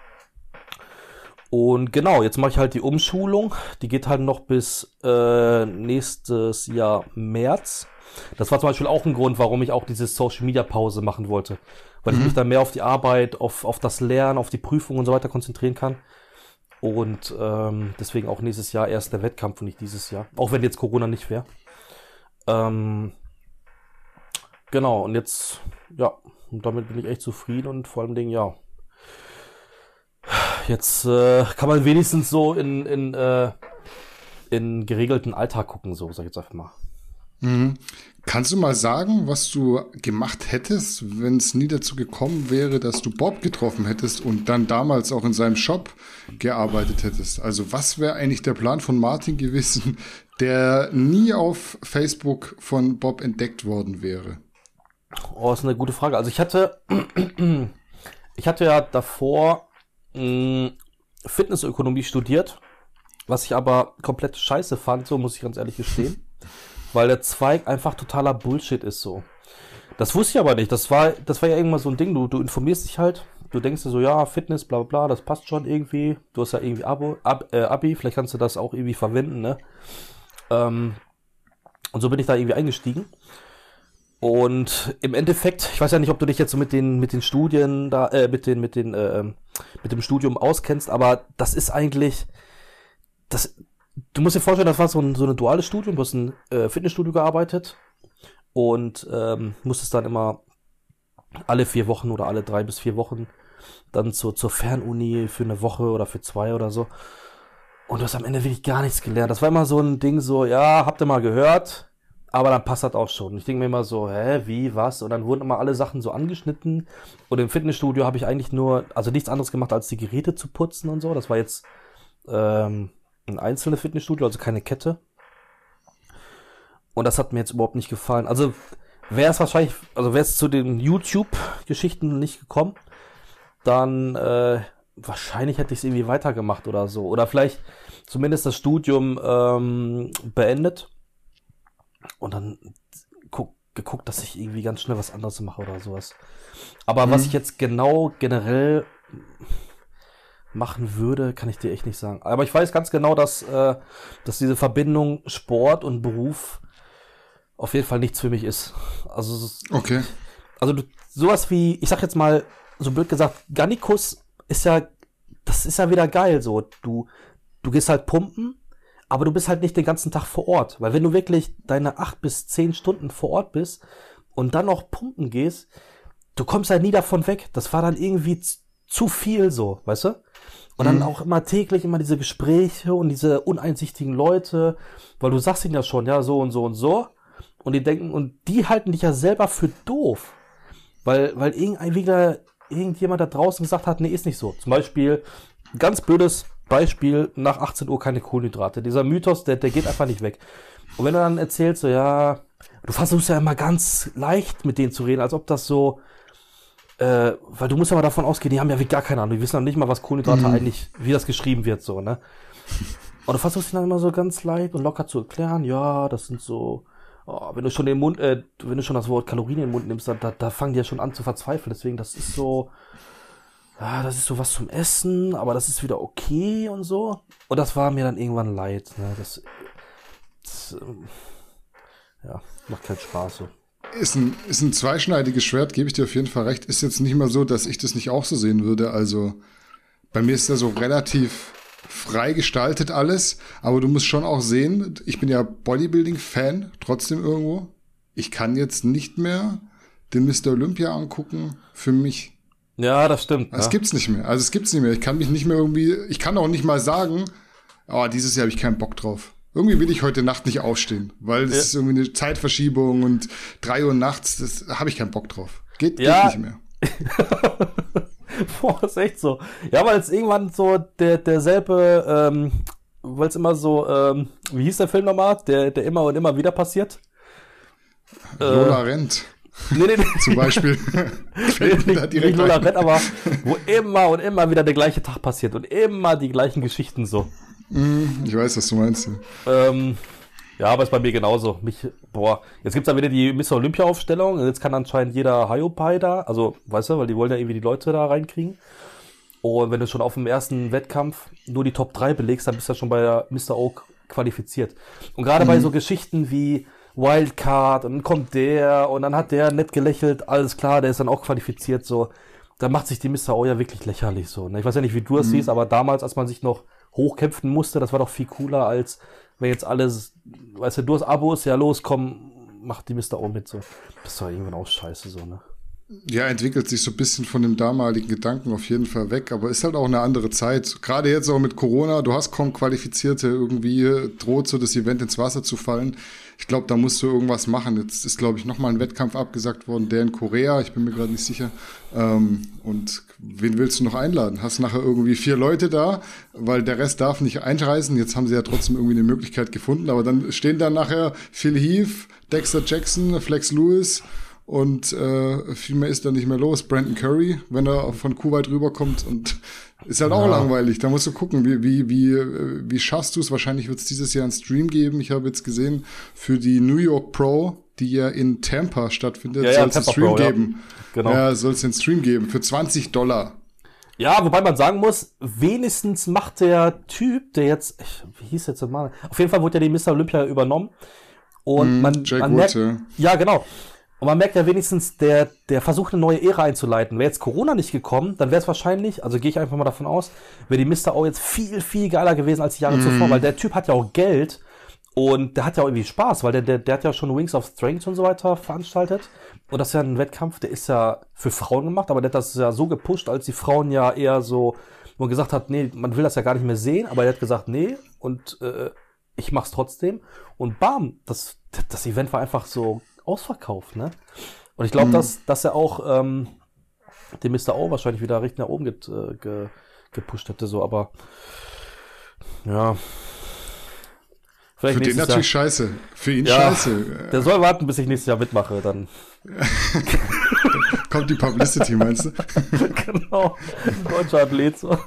Und genau, jetzt mache ich halt die Umschulung. Die geht halt noch bis nächstes Jahr März. Das war zum Beispiel auch ein Grund, warum ich auch diese Social-Media-Pause machen wollte. Weil ich mich dann mehr auf die Arbeit, auf das Lernen, auf die Prüfung und so weiter konzentrieren kann. Und deswegen auch nächstes Jahr erst der Wettkampf und nicht dieses Jahr. Auch wenn jetzt Corona nicht wäre. Genau, und jetzt, ja, und damit bin ich echt zufrieden und vor allem Dingen, ja. Jetzt kann man wenigstens so in geregelten Alltag gucken, so sag ich jetzt einfach mal. Mhm. Kannst du mal sagen, was du gemacht hättest, wenn es nie dazu gekommen wäre, dass du Bob getroffen hättest und dann damals auch in seinem Shop gearbeitet hättest? Also was wäre eigentlich der Plan von Martin gewesen, der nie auf Facebook von Bob entdeckt worden wäre? Oh, ist eine gute Frage. Also ich hatte ja davor Fitnessökonomie studiert, was ich aber komplett scheiße fand, so muss ich ganz ehrlich gestehen. Weil der Zweig einfach totaler Bullshit ist so. Das wusste ich aber nicht. Das war ja irgendwann so ein Ding. Du informierst dich halt. Du denkst dir so, ja, Fitness, bla bla bla, das passt schon irgendwie. Du hast ja irgendwie Abi, vielleicht kannst du das auch irgendwie verwenden, ne? Und so bin ich da irgendwie eingestiegen. Und im Endeffekt, ich weiß ja nicht, ob du dich jetzt so mit den Studien da, mit dem Studium auskennst, aber das ist eigentlich, du musst dir vorstellen, das war so ein duales Studium. Du hast ein Fitnessstudio gearbeitet und musstest dann immer alle 4 Wochen oder alle 3 bis 4 Wochen dann zur Fernuni für eine Woche oder für 2 oder so. Und du hast am Ende wirklich gar nichts gelernt. Das war immer so ein Ding so, ja, habt ihr mal gehört, aber dann passt das auch schon. Und ich denke mir immer so, wie, was? Und dann wurden immer alle Sachen so angeschnitten. Und im Fitnessstudio habe ich eigentlich nichts anderes gemacht, als die Geräte zu putzen und so. Das war jetzt ein einzelnes Fitnessstudio, also keine Kette. Und das hat mir jetzt überhaupt nicht gefallen. Also wäre es zu den YouTube-Geschichten nicht gekommen, dann wahrscheinlich hätte ich es irgendwie weitergemacht oder so. Oder vielleicht zumindest das Studium beendet und dann geguckt, dass ich irgendwie ganz schnell was anderes mache oder sowas. Aber was ich jetzt genau generell machen würde, kann ich dir echt nicht sagen. Aber ich weiß ganz genau, dass diese Verbindung Sport und Beruf auf jeden Fall nichts für mich ist. Also, okay. Also sowas wie, ich sag jetzt mal, so blöd gesagt, Gannikus das ist ja wieder geil so. Du gehst halt pumpen, aber du bist halt nicht den ganzen Tag vor Ort. Weil wenn du wirklich deine 8 bis 10 Stunden vor Ort bist und dann noch pumpen gehst, du kommst halt nie davon weg. Das war dann irgendwie zu viel so, weißt du? Und dann auch immer täglich immer diese Gespräche und diese uneinsichtigen Leute, weil du sagst ihnen ja schon, ja, so und so und so. Und die denken, und die halten dich ja selber für doof. Weil irgendjemand da draußen gesagt hat, nee, ist nicht so. Zum Beispiel, ganz blödes Beispiel, nach 18 Uhr keine Kohlenhydrate. Dieser Mythos, der geht einfach nicht weg. Und wenn du dann erzählst, so, ja, du versuchst ja immer ganz leicht mit denen zu reden, als ob das so, weil du musst ja mal davon ausgehen, die haben ja gar keine Ahnung, die wissen noch nicht mal, was Kohlenhydrate eigentlich, wie das geschrieben wird, so, ne? Und du versuchst dann immer so ganz leicht und locker zu erklären, ja, das sind so, wenn du schon wenn du schon das Wort Kalorien in den Mund nimmst, da fangen die ja schon an zu verzweifeln, deswegen, das ist so was zum Essen, aber das ist wieder okay und so. Und das war mir dann irgendwann leid, ne? Das macht keinen Spaß so. Ist ein zweischneidiges Schwert, gebe ich dir auf jeden Fall recht. Ist jetzt nicht mal so, dass ich das nicht auch so sehen würde. Also bei mir ist ja so relativ frei gestaltet alles, aber du musst schon auch sehen, ich bin ja Bodybuilding-Fan, trotzdem irgendwo. Ich kann jetzt nicht mehr den Mr. Olympia angucken für mich. Ja, das stimmt. Das gibt's nicht mehr. Also es gibt's nicht mehr. Ich kann mich nicht mehr ich kann auch nicht mal sagen, dieses Jahr habe ich keinen Bock drauf. Irgendwie will ich heute Nacht nicht aufstehen, weil es ist irgendwie eine Zeitverschiebung und 3 Uhr nachts, das habe ich keinen Bock drauf. Geht nicht mehr. Boah, ist echt so. Ja, weil es irgendwann so derselbe, weil es immer so, wie hieß der Film nochmal, der immer und immer nicht Lola Rent. Nee. Zum Beispiel. nicht Lola Rent, aber wo immer und immer wieder der gleiche Tag passiert und immer die gleichen Geschichten so. Ich weiß, was du meinst. Ja, aber ist bei mir genauso. Jetzt gibt's da wieder die Mr. Olympia-Aufstellung. Jetzt kann anscheinend jeder Hyopai da, also, weißt du, weil die wollen ja irgendwie die Leute da reinkriegen. Und wenn du schon auf dem ersten Wettkampf nur die Top 3 belegst, dann bist du ja schon bei der Mr. O qualifiziert. Und gerade bei so Geschichten wie Wildcard und dann kommt der und dann hat der nett gelächelt, alles klar, der ist dann auch qualifiziert, so. Da macht sich die Mr. O ja wirklich lächerlich so. Ne? Ich weiß ja nicht, wie du das siehst, aber damals, als man sich noch hochkämpfen musste, das war doch viel cooler, als wenn jetzt alles, weißt du hast Abos, ja los, komm, mach die Mr. O mit so. Das ist doch irgendwann auch scheiße so, ne? Ja, entwickelt sich so ein bisschen von dem damaligen Gedanken auf jeden Fall weg, aber ist halt auch eine andere Zeit. Gerade jetzt auch mit Corona, du hast kaum Qualifizierte, irgendwie droht so das Event ins Wasser zu fallen. Ich glaube, da musst du irgendwas machen. Jetzt ist, glaube ich, nochmal ein Wettkampf abgesagt worden, der in Korea, ich bin mir gerade nicht sicher. Und wen willst du noch einladen? Hast nachher irgendwie 4 Leute da, weil der Rest darf nicht einreisen. Jetzt haben sie ja trotzdem irgendwie eine Möglichkeit gefunden, aber dann stehen da nachher Phil Heath, Dexter Jackson, Flex Lewis und viel mehr ist da nicht mehr los. Brandon Curry, wenn er von Kuwait rüberkommt, und ist halt auch langweilig. Da musst du gucken, wie schaffst du es? Wahrscheinlich wird es dieses Jahr einen Stream geben. Ich habe jetzt gesehen, für die New York Pro, die ja in Tampa stattfindet, soll es einen Stream geben. Ja. Genau. Ja, soll es einen Stream geben für $20. Ja, wobei man sagen muss, wenigstens macht der Typ, der jetzt, wie hieß jetzt mal? Auf jeden Fall wurde ja die Mr. Olympia übernommen. Und man merkt, ja, genau. Und man merkt ja wenigstens, der versucht eine neue Ära einzuleiten. Wäre jetzt Corona nicht gekommen, dann wäre es wahrscheinlich, also gehe ich einfach mal davon aus, wäre die Mr. O jetzt viel, viel geiler gewesen als die Jahre zuvor, weil der Typ hat ja auch Geld und der hat ja auch irgendwie Spaß, weil der hat ja schon Wings of Strength und so weiter veranstaltet. Und das ist ja ein Wettkampf, der ist ja für Frauen gemacht, aber der hat das ja so gepusht, als die Frauen ja eher so, wo man gesagt hat, nee, man will das ja gar nicht mehr sehen, aber er hat gesagt, nee, und ich mach's trotzdem. Und bam, das Event war einfach so ausverkauft, ne? Und ich glaube, dass er auch den Mr. O wahrscheinlich wieder richtig nach oben gepusht hätte, so, aber ja. Vielleicht für den natürlich scheiße. Für ihn scheiße. Der soll warten, bis ich nächstes Jahr mitmache, dann. Kommt die Publicity, meinst du? Genau. Deutscher Athlet, so.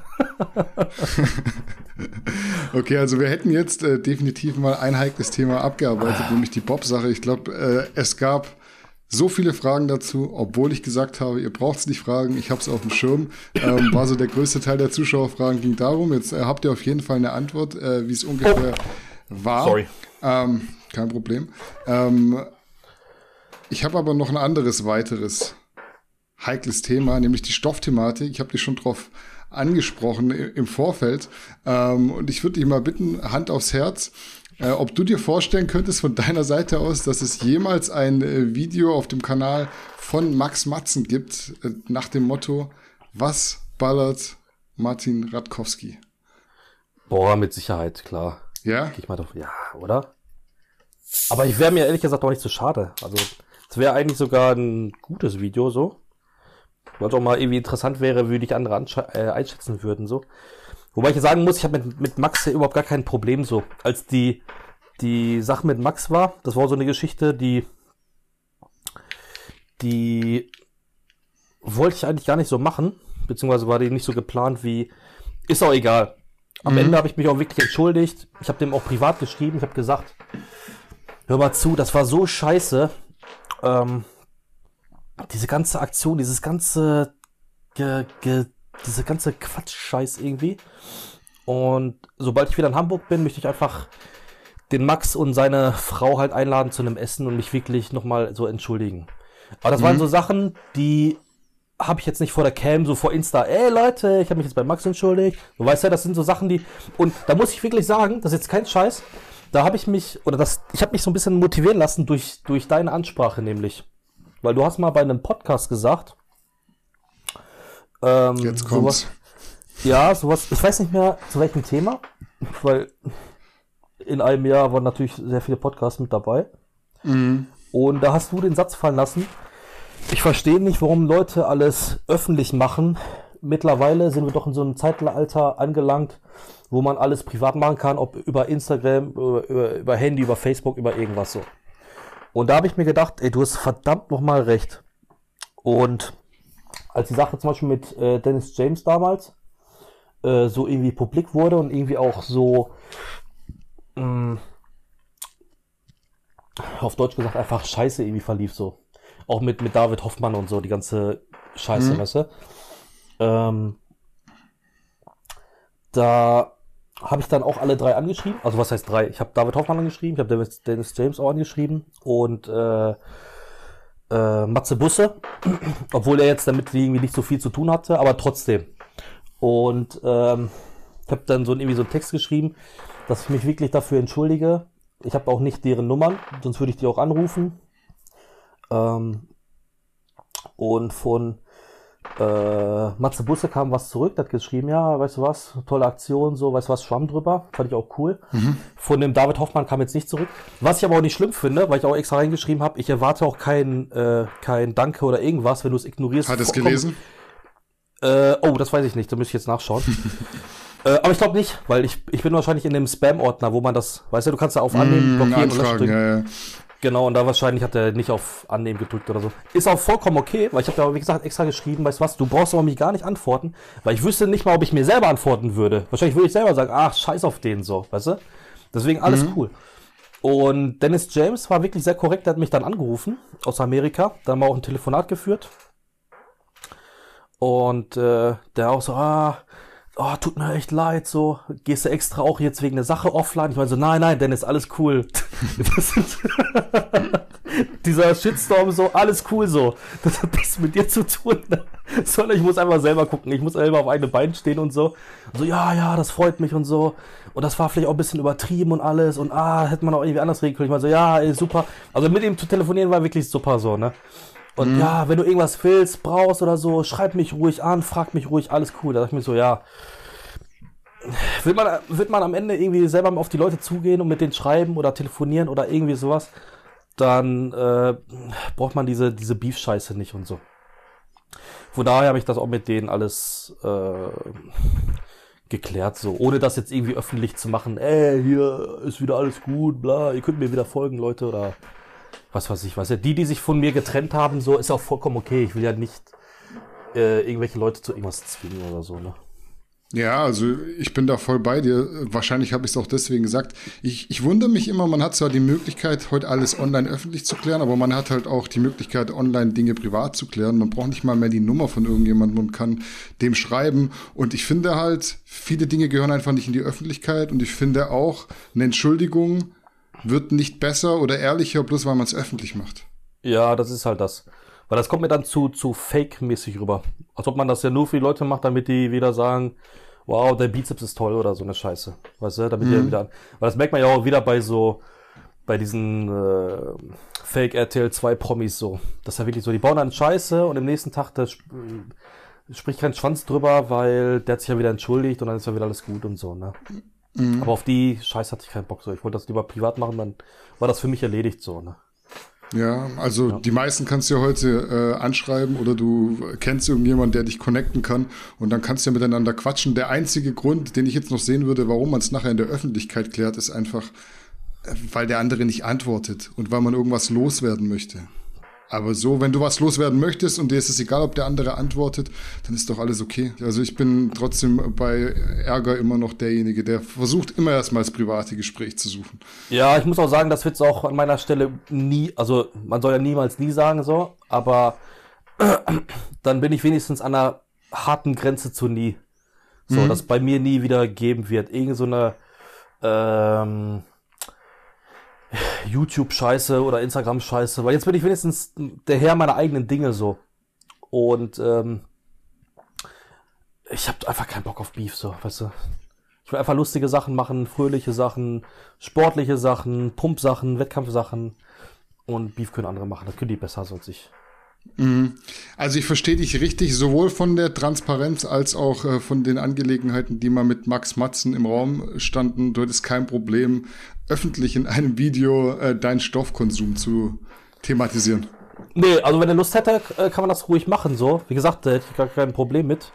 Okay, also wir hätten jetzt definitiv mal ein heikles Thema abgearbeitet, nämlich die Bob-Sache. Ich glaube, es gab so viele Fragen dazu, obwohl ich gesagt habe, ihr braucht es nicht fragen, ich habe es auf dem Schirm. War so der größte Teil der Zuschauerfragen ging darum. Jetzt habt ihr auf jeden Fall eine Antwort, wie es ungefähr war. Sorry. Kein Problem. Ich habe aber noch ein weiteres heikles Thema, nämlich die Stoffthematik. Ich habe dich schon drauf angesprochen im Vorfeld. Und ich würde dich mal bitten, Hand aufs Herz, ob du dir vorstellen könntest von deiner Seite aus, dass es jemals ein Video auf dem Kanal von Max Matzen gibt, nach dem Motto, was ballert Martin Radkowski? Boah, mit Sicherheit, klar. Ja? Geh ich mal drauf. Ja, oder? Aber ich wäre mir ehrlich gesagt auch nicht so schade. Also, es wäre eigentlich sogar ein gutes Video, so. Weil es auch mal irgendwie interessant wäre, wie dich andere einschätzen würden, so. Wobei ich sagen muss, ich habe mit Max ja überhaupt gar kein Problem, so. Als die Sache mit Max war, das war so eine Geschichte, die wollte ich eigentlich gar nicht so machen, beziehungsweise war die nicht so geplant wie, ist auch egal. Am Ende habe ich mich auch wirklich entschuldigt. Ich habe dem auch privat geschrieben, ich habe gesagt, hör mal zu, das war so scheiße, diese ganze Aktion, diese ganze Quatsch-Scheiß irgendwie. Und sobald ich wieder in Hamburg bin, möchte ich einfach den Max und seine Frau halt einladen zu einem Essen und mich wirklich nochmal so entschuldigen. Aber das waren so Sachen, die habe ich jetzt nicht vor der Cam, so vor Insta, ey Leute, ich habe mich jetzt bei Max entschuldigt. Du weißt ja, das sind so Sachen, die, und da muss ich wirklich sagen, das ist jetzt kein Scheiß, da habe ich mich, ich habe mich so ein bisschen motivieren lassen durch deine Ansprache nämlich. Weil du hast mal bei einem Podcast gesagt, jetzt kommt's. Sowas, ich weiß nicht mehr zu welchem Thema, weil in einem Jahr waren natürlich sehr viele Podcasts mit dabei. Mhm. Und da hast du den Satz fallen lassen, ich verstehe nicht, warum Leute alles öffentlich machen. Mittlerweile sind wir doch in so einem Zeitalter angelangt, wo man alles privat machen kann, ob über Instagram, über Handy, über Facebook, über irgendwas so. Und da habe ich mir gedacht, ey, du hast verdammt nochmal recht. Und als die Sache zum Beispiel mit Dennis James damals so irgendwie publik wurde und irgendwie auch so auf Deutsch gesagt einfach scheiße irgendwie verlief so. Auch mit David Hoffmann und so, die ganze Scheiße, weißt du? Da habe ich dann auch alle drei angeschrieben. Also was heißt drei? Ich habe David Hoffmann angeschrieben, ich habe Dennis James auch angeschrieben und Matze Busse, obwohl er jetzt damit irgendwie nicht so viel zu tun hatte, aber trotzdem. Und ich habe dann irgendwie so einen Text geschrieben, dass ich mich wirklich dafür entschuldige. Ich habe auch nicht deren Nummern, sonst würde ich die auch anrufen. Und von Matze Busse kam was zurück, der hat geschrieben, ja, weißt du was, tolle Aktion, so, weißt du was, schwamm drüber, fand ich auch cool. Von dem David Hoffmann kam jetzt nicht zurück, was ich aber auch nicht schlimm finde, weil ich auch extra reingeschrieben habe, ich erwarte auch kein Danke oder irgendwas, wenn du es ignorierst. Hat es gelesen? Oh, das weiß ich nicht, da müsste ich jetzt nachschauen. Aber ich glaube nicht, weil ich bin wahrscheinlich in dem Spam-Ordner, wo man das, weißt du, du kannst da auf Annehmen, blockieren und löschen drücken. Ja. Genau, und da wahrscheinlich hat er nicht auf Annehmen gedrückt oder so. Ist auch vollkommen okay, weil ich habe da, wie gesagt, extra geschrieben, weißt du was, du brauchst aber mich gar nicht antworten, weil ich wüsste nicht mal, ob ich mir selber antworten würde. Wahrscheinlich würde ich selber sagen, ach, scheiß auf den so, weißt du? Deswegen alles cool. Und Dennis James war wirklich sehr korrekt, der hat mich dann angerufen aus Amerika, dann haben wir auch ein Telefonat geführt. Und der auch so, tut mir echt leid, so, gehst du extra auch jetzt wegen der Sache offline? Ich meine so, nein, Dennis, alles cool. Dieser Shitstorm so, alles cool so. Das hat nichts mit dir zu tun. Sondern ich muss einfach selber gucken, ich muss selber auf eigenen Beinen stehen und so. So, ja, das freut mich und so. Und das war vielleicht auch ein bisschen übertrieben und alles. Und hätte man auch irgendwie anders regeln können. Ich meine so, ja, ey, super. Also mit ihm zu telefonieren war wirklich super so, ne? Und ja, wenn du irgendwas willst, brauchst oder so, schreib mich ruhig an, frag mich ruhig, alles cool. Da dachte ich mir so, ja, wird man am Ende irgendwie selber mal auf die Leute zugehen und mit denen schreiben oder telefonieren oder irgendwie sowas, dann braucht man diese Beef-Scheiße nicht und so. Von daher habe ich das auch mit denen alles geklärt, so, ohne das jetzt irgendwie öffentlich zu machen, hier ist wieder alles gut, bla, ihr könnt mir wieder folgen, Leute, oder was weiß ich, weißt du, die sich von mir getrennt haben, so, ist auch vollkommen okay. Ich will ja nicht irgendwelche Leute zu irgendwas zwingen oder so, ne? Ja, also ich bin da voll bei dir. Wahrscheinlich habe ich es auch deswegen gesagt. Ich wundere mich immer, man hat zwar die Möglichkeit, heute alles online öffentlich zu klären, aber man hat halt auch die Möglichkeit, online Dinge privat zu klären. Man braucht nicht mal mehr die Nummer von irgendjemandem und kann dem schreiben. Und ich finde halt, viele Dinge gehören einfach nicht in die Öffentlichkeit. Und ich finde auch, eine Entschuldigung wird nicht besser oder ehrlicher, bloß weil man es öffentlich macht. Ja, das ist halt das. Weil das kommt mir dann zu fake-mäßig rüber. Als ob man das ja nur für die Leute macht, damit die wieder sagen, wow, der Bizeps ist toll oder so eine Scheiße. Weißt du, damit die wieder weil das merkt man ja auch wieder bei diesen Fake-RTL 2 Promis so. Das ist ja wirklich so, die bauen dann Scheiße und im nächsten Tag, da spricht kein Schwanz drüber, weil der hat sich ja wieder entschuldigt und dann ist ja wieder alles gut und so, ne. Aber auf die Scheiße hatte ich keinen Bock so. Ich wollte das lieber privat machen, dann war das für mich erledigt so, ne. Ja, also die meisten kannst du ja heute anschreiben oder du kennst irgendjemanden, der dich connecten kann und dann kannst du ja miteinander quatschen. Der einzige Grund, den ich jetzt noch sehen würde, warum man es nachher in der Öffentlichkeit klärt, ist einfach, weil der andere nicht antwortet und weil man irgendwas loswerden möchte. Aber so, wenn du was loswerden möchtest und dir ist es egal, ob der andere antwortet, dann ist doch alles okay. Also ich bin trotzdem bei Ärger immer noch derjenige, der versucht, immer erstmal das private Gespräch zu suchen. Ja, ich muss auch sagen, das wird's auch an meiner Stelle nie, also man soll ja niemals nie sagen so, aber dann bin ich wenigstens an einer harten Grenze zu nie. So, dass bei mir nie wieder geben wird. Irgend so eine YouTube-Scheiße oder Instagram-Scheiße, weil jetzt bin ich wenigstens der Herr meiner eigenen Dinge so. Und ich habe einfach keinen Bock auf Beef, so, weißt du. Ich will einfach lustige Sachen machen, fröhliche Sachen, sportliche Sachen, Pumpsachen, Wettkampfsachen und Beef können andere machen. Das können die besser als ich. Also ich verstehe dich richtig, sowohl von der Transparenz als auch von den Angelegenheiten, die mal mit Max Matzen im Raum standen. Dort ist kein Problem, öffentlich in einem Video deinen Stoffkonsum zu thematisieren. Nee, also wenn er Lust hätte, kann man das ruhig machen, so. Wie gesagt, da hätte ich gar kein Problem mit.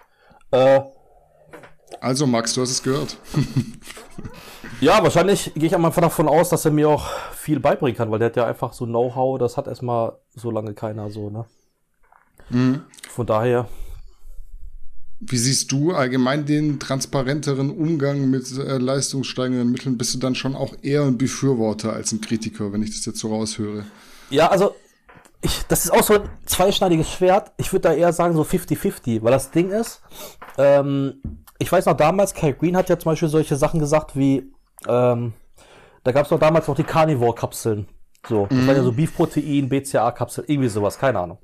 Also Max, du hast es gehört. Ja, wahrscheinlich gehe ich einfach davon aus, dass er mir auch viel beibringen kann, weil der hat ja einfach so Know-how, das hat erstmal so lange keiner so, ne? Von daher. Wie siehst du allgemein den transparenteren Umgang mit leistungssteigenden Mitteln? Bist du dann schon auch eher ein Befürworter als ein Kritiker, wenn ich das jetzt so raushöre? Ja, also das ist auch so ein zweischneidiges Schwert. Ich würde da eher sagen so 50-50, weil das Ding ist, ich weiß noch damals, Kai Green hat ja zum Beispiel solche Sachen gesagt wie, da gab es doch damals noch die Carnivore-Kapseln. So, das waren ja so Beef-Protein, BCAA-Kapseln, irgendwie sowas, keine Ahnung.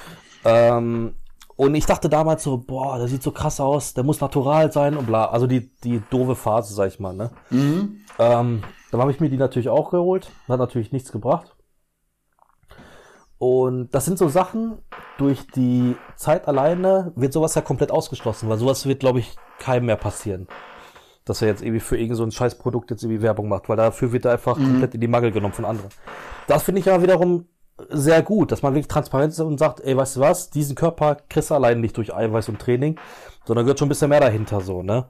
Und ich dachte damals so, boah, der sieht so krass aus, der muss natural sein und bla. Also die doofe Phase, sag ich mal, ne? Dann habe ich mir die natürlich auch geholt. Hat natürlich nichts gebracht. Und das sind so Sachen, durch die Zeit alleine wird sowas ja komplett ausgeschlossen, weil sowas wird, glaube ich, keinem mehr passieren. Dass er jetzt irgendwie für irgend so ein Scheißprodukt jetzt irgendwie Werbung macht, weil dafür wird er einfach komplett in die Mangel genommen von anderen. Das finde ich ja wiederum sehr gut, dass man wirklich transparent ist und sagt, ey, weißt du was, diesen Körper kriegst du allein nicht durch Eiweiß und Training, sondern gehört schon ein bisschen mehr dahinter, so, ne?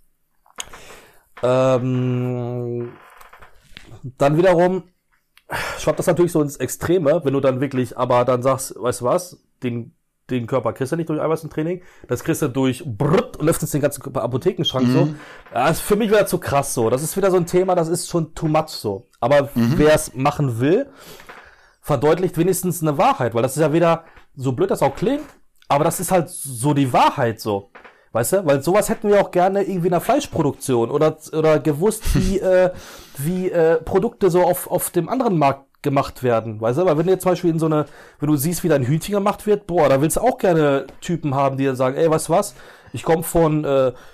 Dann wiederum schwappt das natürlich so ins Extreme, wenn du dann wirklich, aber dann sagst, weißt du was, den Körper kriegst du nicht durch Eiweiß und Training, das kriegst du durch Brrrt und öffnest den ganzen Apothekenschrank so. Ja, das ist für mich wieder zu krass so. Das ist wieder so ein Thema, das ist schon too much so. Aber wer es machen will, verdeutlicht wenigstens eine Wahrheit, weil das ist ja wieder, so blöd das auch klingt, aber das ist halt so die Wahrheit so. Weißt du? Weil sowas hätten wir auch gerne irgendwie in der Fleischproduktion oder gewusst, wie Produkte so auf dem anderen Markt gemacht werden. Weißt du? Weil wenn du jetzt zum Beispiel wenn du siehst, wie dein Hühnchen gemacht wird, boah, da willst du auch gerne Typen haben, die dann sagen, ey, weißt du was? Ich komme von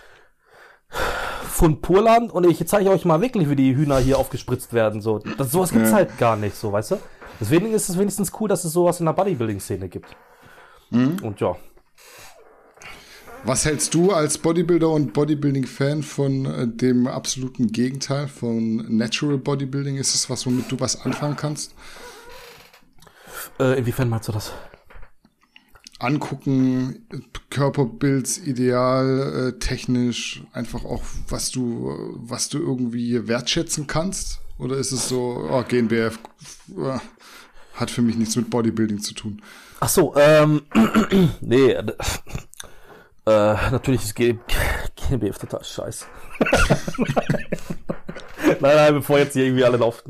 Purland und ich zeige euch mal wirklich, wie die Hühner hier aufgespritzt werden. So. Sowas gibt's halt gar nicht, so, weißt du? Deswegen ist es wenigstens cool, dass es sowas in der Bodybuilding-Szene gibt. Und ja. Was hältst du als Bodybuilder und Bodybuilding-Fan von dem absoluten Gegenteil von Natural Bodybuilding? Ist es was, womit du was anfangen kannst? Inwiefern meinst du das? Angucken, Körperbildideal, technisch, einfach auch, was du irgendwie wertschätzen kannst? Oder ist es so, GNBF hat für mich nichts mit Bodybuilding zu tun? Ach so, nee, natürlich ist GNBF total scheiße. Nein, bevor jetzt hier irgendwie alle laufen.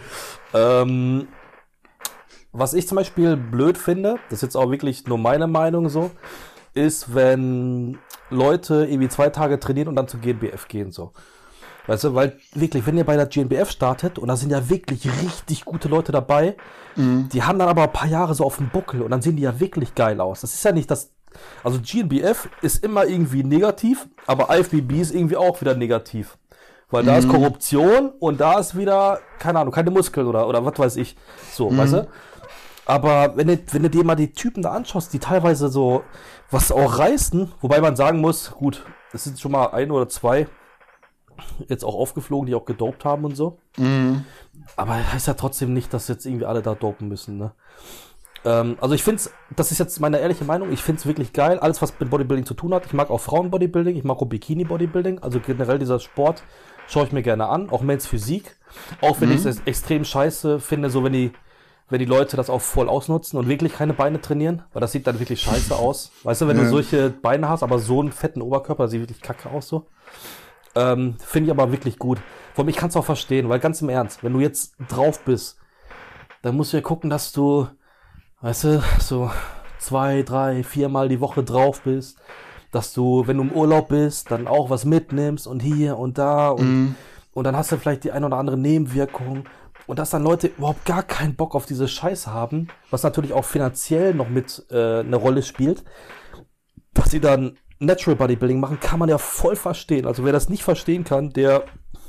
Nein. Was ich zum Beispiel blöd finde, das ist jetzt auch wirklich nur meine Meinung so, ist, wenn Leute irgendwie 2 Tage trainieren und dann zur GNBF gehen so. Weißt du, weil wirklich, wenn ihr bei der GNBF startet, und da sind ja wirklich richtig gute Leute dabei, die haben dann aber ein paar Jahre so auf dem Buckel und dann sehen die ja wirklich geil aus. Das ist ja nicht das, also GNBF ist immer irgendwie negativ, aber IFBB ist irgendwie auch wieder negativ. Weil da ist Korruption und da ist wieder, keine Ahnung, keine Muskeln oder was weiß ich. So, weißt du? Aber wenn du dir mal die Typen da anschaust, die teilweise so was auch reißen, wobei man sagen muss, gut, es sind schon mal 1 oder 2 jetzt auch aufgeflogen, die auch gedopt haben und so. Aber heißt ja trotzdem nicht, dass jetzt irgendwie alle da dopen müssen, ne? Also ich finde es, das ist jetzt meine ehrliche Meinung, ich finde es wirklich geil, alles was mit Bodybuilding zu tun hat. Ich mag auch Frauen-Bodybuilding, ich mag auch Bikini-Bodybuilding, also generell dieser Sport schaue ich mir gerne an, auch Men's Physik. Auch wenn ich es extrem scheiße finde, so wenn die Leute das auch voll ausnutzen und wirklich keine Beine trainieren, weil das sieht dann wirklich scheiße aus. Weißt du, wenn du solche Beine hast, aber so einen fetten Oberkörper, das sieht wirklich kacke aus so. Finde ich aber wirklich gut. Vor allem, ich kann es auch verstehen, weil ganz im Ernst, wenn du jetzt drauf bist, dann musst du ja gucken, dass du, weißt du, so 2, 3, 4 Mal die Woche drauf bist, dass du, wenn du im Urlaub bist, dann auch was mitnimmst und hier und da und dann hast du vielleicht die ein oder andere Nebenwirkung und dass dann Leute überhaupt gar keinen Bock auf diese Scheiße haben, was natürlich auch finanziell noch mit eine Rolle spielt, dass sie dann Natural Bodybuilding machen, kann man ja voll verstehen. Also wer das nicht verstehen kann, der,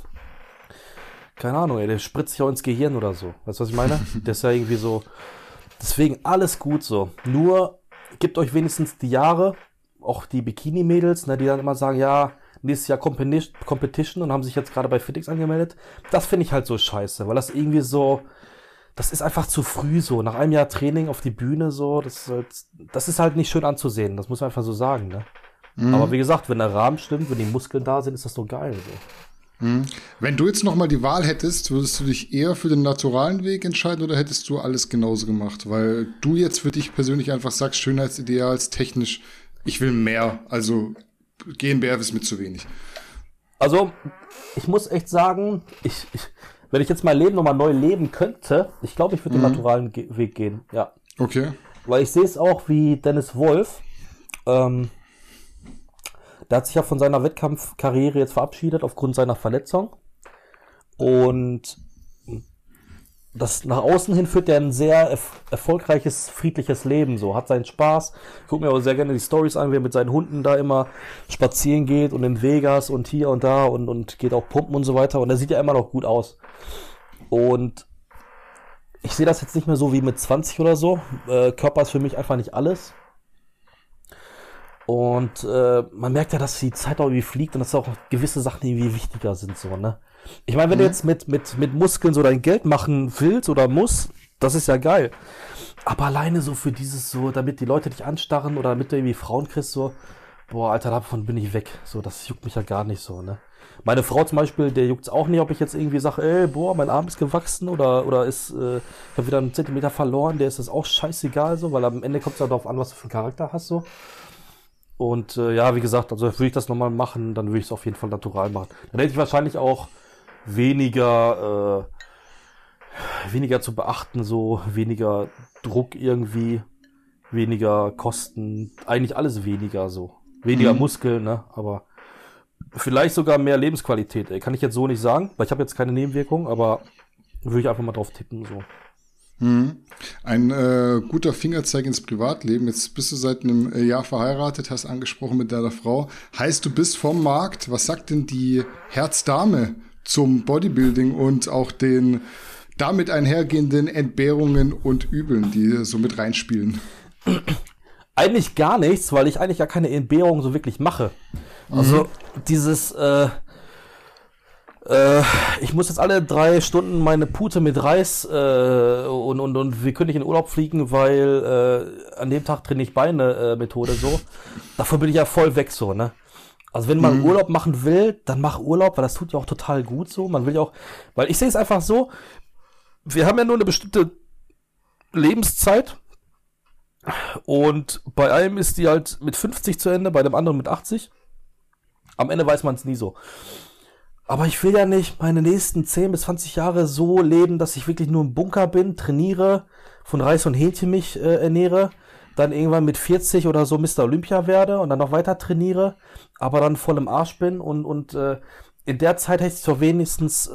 keine Ahnung, der spritzt sich auch ins Gehirn oder so. Weißt du, was ich meine? Der ist ja irgendwie so, deswegen alles gut so. Nur gebt euch wenigstens die Jahre, auch die Bikini-Mädels, ne, die dann immer sagen, ja, nächstes Jahr Competition und haben sich jetzt gerade bei FitX angemeldet. Das finde ich halt so scheiße, weil das irgendwie so, das ist einfach zu früh so. Nach einem Jahr Training auf die Bühne so, das ist halt nicht schön anzusehen. Das muss man einfach so sagen, ne? Aber wie gesagt, wenn der Rahmen stimmt, wenn die Muskeln da sind, ist das so geil. So. Wenn du jetzt nochmal die Wahl hättest, würdest du dich eher für den naturalen Weg entscheiden oder hättest du alles genauso gemacht? Weil du jetzt für dich persönlich einfach sagst, Schönheitsideals, technisch, ich will mehr. Also GNBF ist mir zu wenig. Also, ich muss echt sagen, wenn ich jetzt mein Leben nochmal neu leben könnte, ich glaube, ich würde den naturalen Weg gehen, ja. Okay. Weil ich sehe es auch wie Dennis Wolf, der hat sich ja von seiner Wettkampfkarriere jetzt verabschiedet aufgrund seiner Verletzung. Und das nach außen hin führt er ein sehr erfolgreiches, friedliches Leben. So, hat seinen Spaß. Ich gucke mir auch sehr gerne die Stories an, wie er mit seinen Hunden da immer spazieren geht und in Vegas und hier und da und geht auch pumpen und so weiter. Und er sieht ja immer noch gut aus. Und ich sehe das jetzt nicht mehr so wie mit 20 oder so. Körper ist für mich einfach nicht alles. Und man merkt ja, dass die Zeit auch irgendwie fliegt und dass auch gewisse Sachen irgendwie wichtiger sind, so, ne? Ich meine, wenn du jetzt mit Muskeln so dein Geld machen willst oder musst, das ist ja geil. Aber alleine so für dieses so, damit die Leute dich anstarren oder damit du irgendwie Frauen kriegst, so, boah, Alter, davon bin ich weg. So, das juckt mich ja gar nicht so, ne? Meine Frau zum Beispiel, der juckt's auch nicht, ob ich jetzt irgendwie sage, ey, boah, mein Arm ist gewachsen oder ist, ich habe wieder einen Zentimeter verloren, der ist das auch scheißegal, so, weil am Ende kommt es ja darauf an, was du für einen Charakter hast, so. Und ja, wie gesagt, also würde ich das nochmal machen, dann würde ich es auf jeden Fall natural machen. Dann hätte ich wahrscheinlich auch weniger zu beachten, so weniger Druck irgendwie, weniger Kosten, eigentlich alles weniger so. Weniger Muskeln, ne? Aber vielleicht sogar mehr Lebensqualität, ey. Kann ich jetzt so nicht sagen, weil ich habe jetzt keine Nebenwirkungen, aber würde ich einfach mal drauf tippen, so. Ein guter Fingerzeig ins Privatleben. Jetzt bist du seit einem Jahr verheiratet, hast angesprochen mit deiner Frau. Heißt, du bist vom Markt. Was sagt denn die Herzdame zum Bodybuilding und auch den damit einhergehenden Entbehrungen und Übeln, die so mit reinspielen? Eigentlich gar nichts, weil ich eigentlich gar keine Entbehrung so wirklich mache. Also dieses ich muss jetzt alle 3 Stunden meine Pute mit Reis und wir können nicht in Urlaub fliegen, weil an dem Tag trainiere ich Beine Methode so. Davon bin ich ja voll weg so, ne? Also wenn man Urlaub machen will, dann mach Urlaub, weil das tut ja auch total gut so. Man will ja auch, weil ich sehe es einfach so, wir haben ja nur eine bestimmte Lebenszeit und bei einem ist die halt mit 50 zu Ende, bei dem anderen mit 80. Am Ende weiß man es nie so. Aber ich will ja nicht meine nächsten 10 bis 20 Jahre so leben, dass ich wirklich nur im Bunker bin, trainiere, von Reis und Hähnchen mich ernähre, dann irgendwann mit 40 oder so Mr. Olympia werde und dann noch weiter trainiere, aber dann voll im Arsch bin und in der Zeit hätte ich doch wenigstens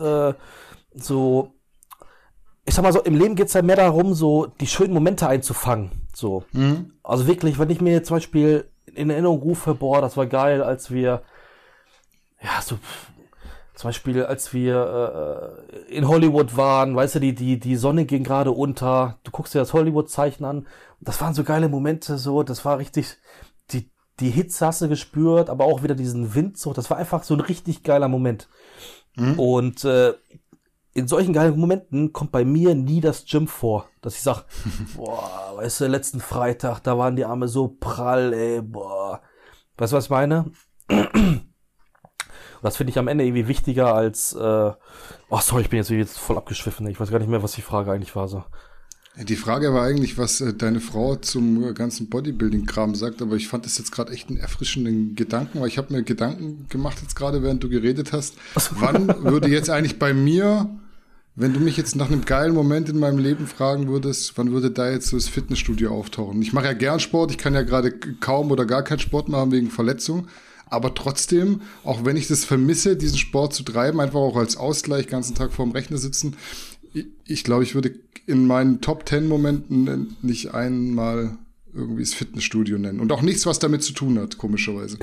so, ich sag mal so, im Leben geht's ja mehr darum, so die schönen Momente einzufangen. So. Also wirklich, wenn ich mir jetzt zum Beispiel in Erinnerung rufe, boah, das war geil, als wir, ja, so, zum Beispiel, als wir in Hollywood waren, weißt du, die Sonne ging gerade unter, du guckst dir das Hollywood-Zeichen an, das waren so geile Momente, so, das war richtig, die Hitze hast du gespürt, aber auch wieder diesen Wind, so, das war einfach so ein richtig geiler Moment. Und in solchen geilen Momenten kommt bei mir nie das Gym vor, dass ich sag, boah, weißt du, letzten Freitag, da waren die Arme so prall, ey, boah. Weißt du, was ich meine? Und das finde ich am Ende irgendwie wichtiger als, oh sorry, ich bin jetzt voll abgeschwiffen, ich weiß gar nicht mehr, was die Frage eigentlich war, so. Die Frage war eigentlich, was deine Frau zum ganzen Bodybuilding-Kram sagt, aber ich fand das jetzt gerade echt einen erfrischenden Gedanken, weil ich habe mir Gedanken gemacht jetzt gerade, während du geredet hast. Wann würde jetzt eigentlich bei mir, wenn du mich jetzt nach einem geilen Moment in meinem Leben fragen würdest, wann würde da jetzt so das Fitnessstudio auftauchen? Ich mache ja gern Sport, ich kann ja gerade kaum oder gar keinen Sport machen wegen Verletzung, aber trotzdem, auch wenn ich das vermisse, diesen Sport zu treiben, einfach auch als Ausgleich, den ganzen Tag vorm Rechner sitzen, ich glaube, ich würde in meinen Top-10-Momenten nicht einmal irgendwie das Fitnessstudio nennen. Und auch nichts, was damit zu tun hat, komischerweise.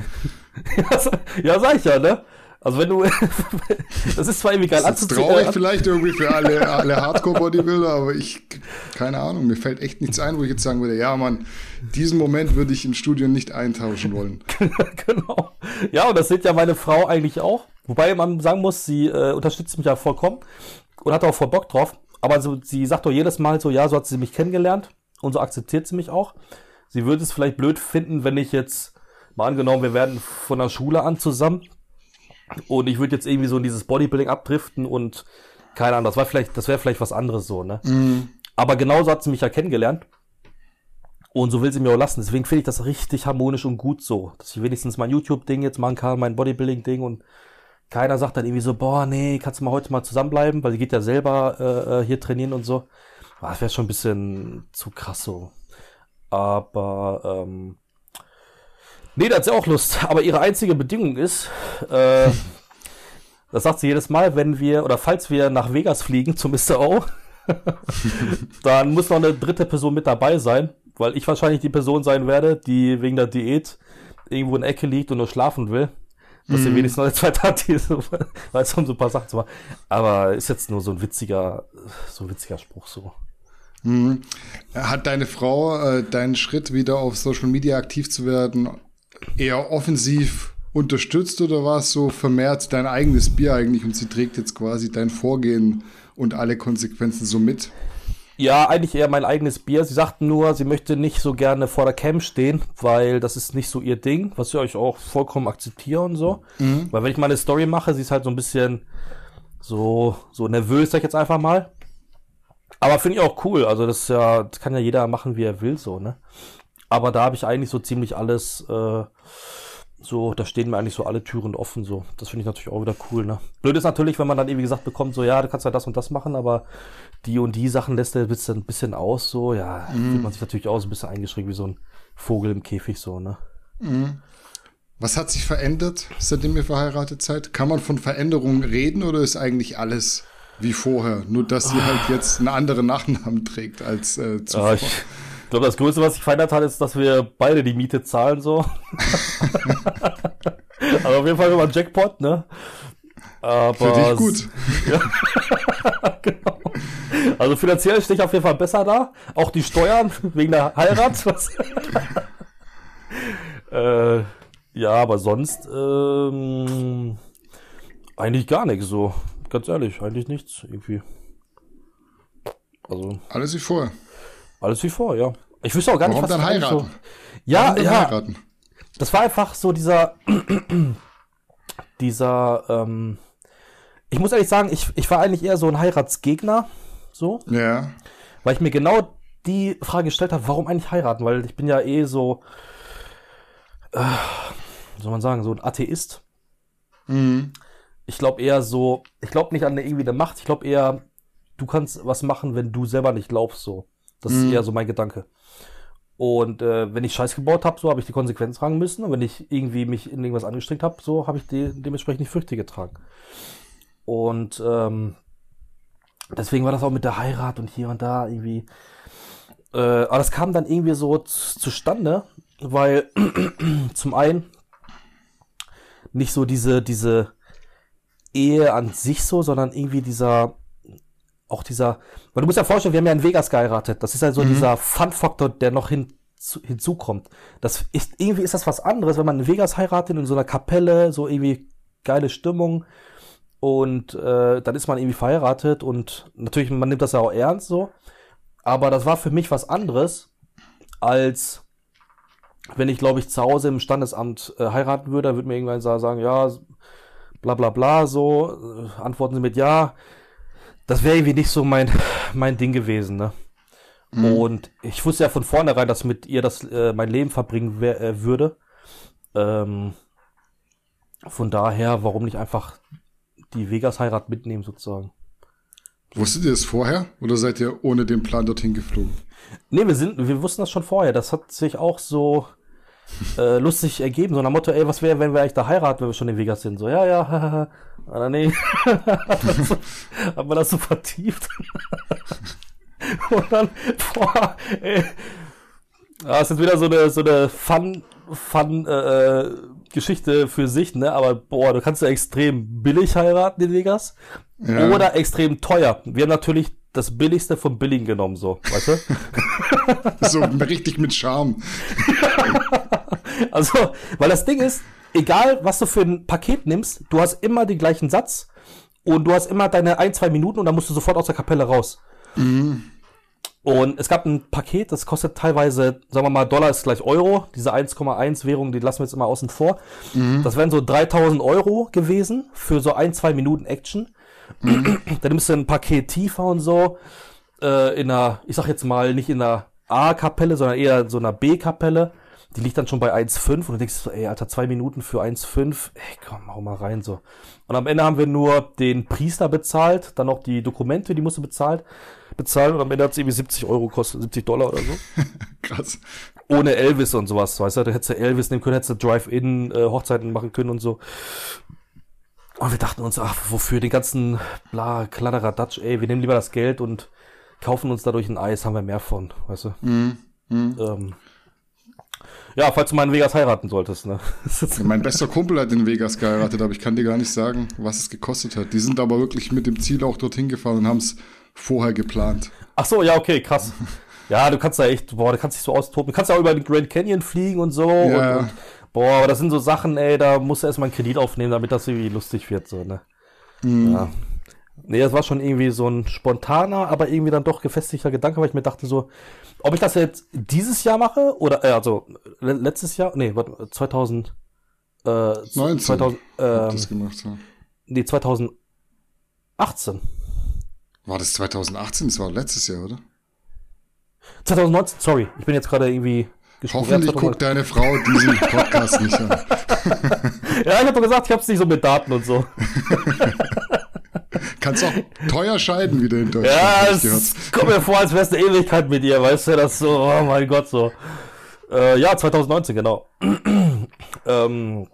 Ja, sag ich ja, ne? Also wenn du, das ist zwar irgendwie geil anzuziehen. Das ist traurig vielleicht irgendwie für alle Hardcore-Bodybuilder, aber keine Ahnung, mir fällt echt nichts ein, wo ich jetzt sagen würde, ja Mann, diesen Moment würde ich im Studio nicht eintauschen wollen. Genau. Ja, und das sieht ja meine Frau eigentlich auch. Wobei man sagen muss, sie unterstützt mich ja vollkommen und hat auch voll Bock drauf. Aber so, sie sagt doch jedes Mal so, ja, so hat sie mich kennengelernt und so akzeptiert sie mich auch. Sie würde es vielleicht blöd finden, wenn ich jetzt, mal angenommen, wir werden von der Schule an zusammen und ich würde jetzt irgendwie so in dieses Bodybuilding abdriften und keine Ahnung, das wäre vielleicht was anderes so, ne? Aber genauso hat sie mich ja kennengelernt und so will sie mir auch lassen. Deswegen finde ich das richtig harmonisch und gut so, dass ich wenigstens mein YouTube-Ding jetzt machen kann, mein Bodybuilding-Ding und keiner sagt dann irgendwie so, boah, nee, kannst du mal heute mal zusammenbleiben, weil sie geht ja selber hier trainieren und so. Das wäre schon ein bisschen zu krass so. Aber, nee, da hat sie auch Lust. Aber ihre einzige Bedingung ist, das sagt sie jedes Mal, wenn wir, oder falls wir nach Vegas fliegen zu Mr. O, dann muss noch eine dritte Person mit dabei sein, weil ich wahrscheinlich die Person sein werde, die wegen der Diät irgendwo in der Ecke liegt und nur schlafen will. Dass sie wenigstens noch eine zweite hat, die so, weiß, um so ein paar Sachen zu machen. Aber ist jetzt nur so ein witziger Spruch so. Hat deine Frau deinen Schritt, wieder auf Social Media aktiv zu werden, eher offensiv unterstützt oder war es so vermehrt dein eigenes Bier eigentlich und sie trägt jetzt quasi dein Vorgehen und alle Konsequenzen so mit? Ja, eigentlich eher mein eigenes Bier. Sie sagt nur, sie möchte nicht so gerne vor der Cam stehen, weil das ist nicht so ihr Ding, was ich euch auch vollkommen akzeptiere und so. Weil wenn ich mal eine Story mache, sie ist halt so ein bisschen so nervös, sag ich jetzt einfach mal. Aber finde ich auch cool. Also das kann ja jeder machen, wie er will, so, ne? Aber da habe ich eigentlich so ziemlich alles, so, da stehen mir eigentlich so alle Türen offen, so. Das finde ich natürlich auch wieder cool, ne? Blöd ist natürlich, wenn man dann irgendwie gesagt bekommt, so, ja, du kannst ja das und das machen, aber die und die Sachen lässt er jetzt ein bisschen aus, so, ja, fühlt man sich natürlich auch so ein bisschen eingeschränkt, wie so ein Vogel im Käfig, so, ne? Was hat sich verändert, seitdem ihr verheiratet seid? Kann man von Veränderungen reden oder ist eigentlich alles wie vorher? Nur, dass sie halt jetzt einen anderen Nachnamen trägt als zuvor. Ich glaube, das Größte, was sich verändert hat, ist, dass wir beide die Miete zahlen, so. Also auf jeden Fall immer ein Jackpot, ne? Aber für dich gut. Ja. Genau. Also finanziell stehe ich auf jeden Fall besser da. Auch die Steuern wegen der Heirat. Ja, aber sonst eigentlich gar nichts, so. Ganz ehrlich, eigentlich nichts irgendwie. Also alles wie vorher. Alles wie vor, ja. Ich wüsste auch gar Warum nicht, was dann heiraten? So. Ja, Warum dann heiraten? Das war einfach so dieser, ich muss ehrlich sagen, ich war eigentlich eher so ein Heiratsgegner, so. Ja. Weil ich mir genau die Frage gestellt habe, warum eigentlich heiraten? Weil ich bin ja so, soll man sagen, so ein Atheist. Ich glaube eher so, ich glaube nicht an irgendwie eine Macht, ich glaube eher, du kannst was machen, wenn du selber nicht glaubst, so. Das ist eher so mein Gedanke. Und wenn ich Scheiß gebaut habe, so habe ich die Konsequenz tragen müssen. Und wenn ich irgendwie mich in irgendwas angestrengt habe, so habe ich dementsprechend die Früchte getragen. Und deswegen war das auch mit der Heirat und hier und da irgendwie. Aber das kam dann irgendwie so zustande, weil zum einen nicht so diese Ehe an sich so, sondern irgendwie weil du musst ja vorstellen, wir haben ja in Vegas geheiratet. Das ist ja so dieser Fun-Faktor, der noch hinzukommt. Irgendwie ist das was anderes, wenn man in Vegas heiratet, in so einer Kapelle, so irgendwie geile Stimmung. Und dann ist man irgendwie verheiratet und natürlich, man nimmt das ja auch ernst so. Aber das war für mich was anderes, als wenn ich, glaube ich, zu Hause im Standesamt heiraten würde. Da würde mir irgendwann sagen, ja, bla bla bla, so, antworten Sie mit ja. Das wäre irgendwie nicht so mein Ding gewesen, ne? Und ich wusste ja von vornherein, dass mit ihr mein Leben verbringen würde. Von daher, warum nicht einfach die Vegas-Heirat mitnehmen, sozusagen. Wusstet ihr das vorher? Oder seid ihr ohne den Plan dorthin geflogen? Nee, wir wussten das schon vorher. Das hat sich auch so lustig ergeben. So nach Motto, ey, was wäre, wenn wir eigentlich da heiraten, wenn wir schon in Vegas sind? So, ja, oder nee. Hat man das so vertieft. Und dann, boah, ey. Ja, ist jetzt wieder so eine Fun-Geschichte für sich, ne? Aber boah, du kannst ja extrem billig heiraten in Vegas. Ja. Oder extrem teuer. Wir haben natürlich das Billigste vom Billigen genommen, so, weißt du? So richtig mit Charme. Also, weil das Ding ist, egal was du für ein Paket nimmst, du hast immer den gleichen Satz und du hast immer deine 1-2 Minuten und dann musst du sofort aus der Kapelle raus. Und es gab ein Paket, das kostet teilweise, sagen wir mal, Dollar ist gleich Euro. Diese 1,1 Währung, die lassen wir jetzt immer außen vor. Das wären so 3.000 Euro gewesen für so 1-2 Minuten Action. Dann nimmst du ein Paket tiefer und so, ich sag jetzt mal, nicht in einer A-Kapelle, sondern eher so einer B-Kapelle. Die liegt dann schon bei 1,5 und du denkst so, ey, Alter, 2 Minuten für 1,5, ey, komm, hau mal rein, so. Und am Ende haben wir nur den Priester bezahlt, dann noch die Dokumente, die musste bezahlen und am Ende hat es irgendwie 70 Euro gekostet, 70 Dollar oder so. Krass. Ohne Elvis und sowas, weißt du, da hättest du Elvis nehmen können, hättest du Drive-In Hochzeiten machen können und so. Und wir dachten uns, ach, wofür den ganzen Kladderadatsch, ey, wir nehmen lieber das Geld und kaufen uns dadurch ein Eis, haben wir mehr von, weißt du. Ja, falls du mal in Vegas heiraten solltest, ne? Mein bester Kumpel hat in Vegas geheiratet, aber ich kann dir gar nicht sagen, was es gekostet hat. Die sind aber wirklich mit dem Ziel auch dorthin gefahren und haben es vorher geplant. Ach so, ja, okay, krass. Ja, du kannst da echt, du kannst dich so austoben. Du kannst ja auch über den Grand Canyon fliegen und so. Ja. Und aber das sind so Sachen, ey, da musst du erstmal einen Kredit aufnehmen, damit das irgendwie lustig wird, so, ne? Ja. Nee, das war schon irgendwie so ein spontaner, aber irgendwie dann doch gefestigter Gedanke, weil ich mir dachte so, ob ich das jetzt dieses Jahr mache oder, also letztes Jahr, nee, 2019 das gemacht, ja. Nee, 2018. War das 2018? Das war letztes Jahr, oder? 2019, sorry, ich bin jetzt gerade irgendwie gesprungen. Hoffentlich guckt deine Frau diesen Podcast nicht an. Ja, ich hab doch gesagt, ich hab's nicht so mit Daten und so. Kannst auch teuer scheiden wieder in Deutschland. Ja, es kommt mir vor, als wär's eine Ewigkeit mit dir, weißt du, das so, oh mein Gott, so. Ja, 2019, genau. Was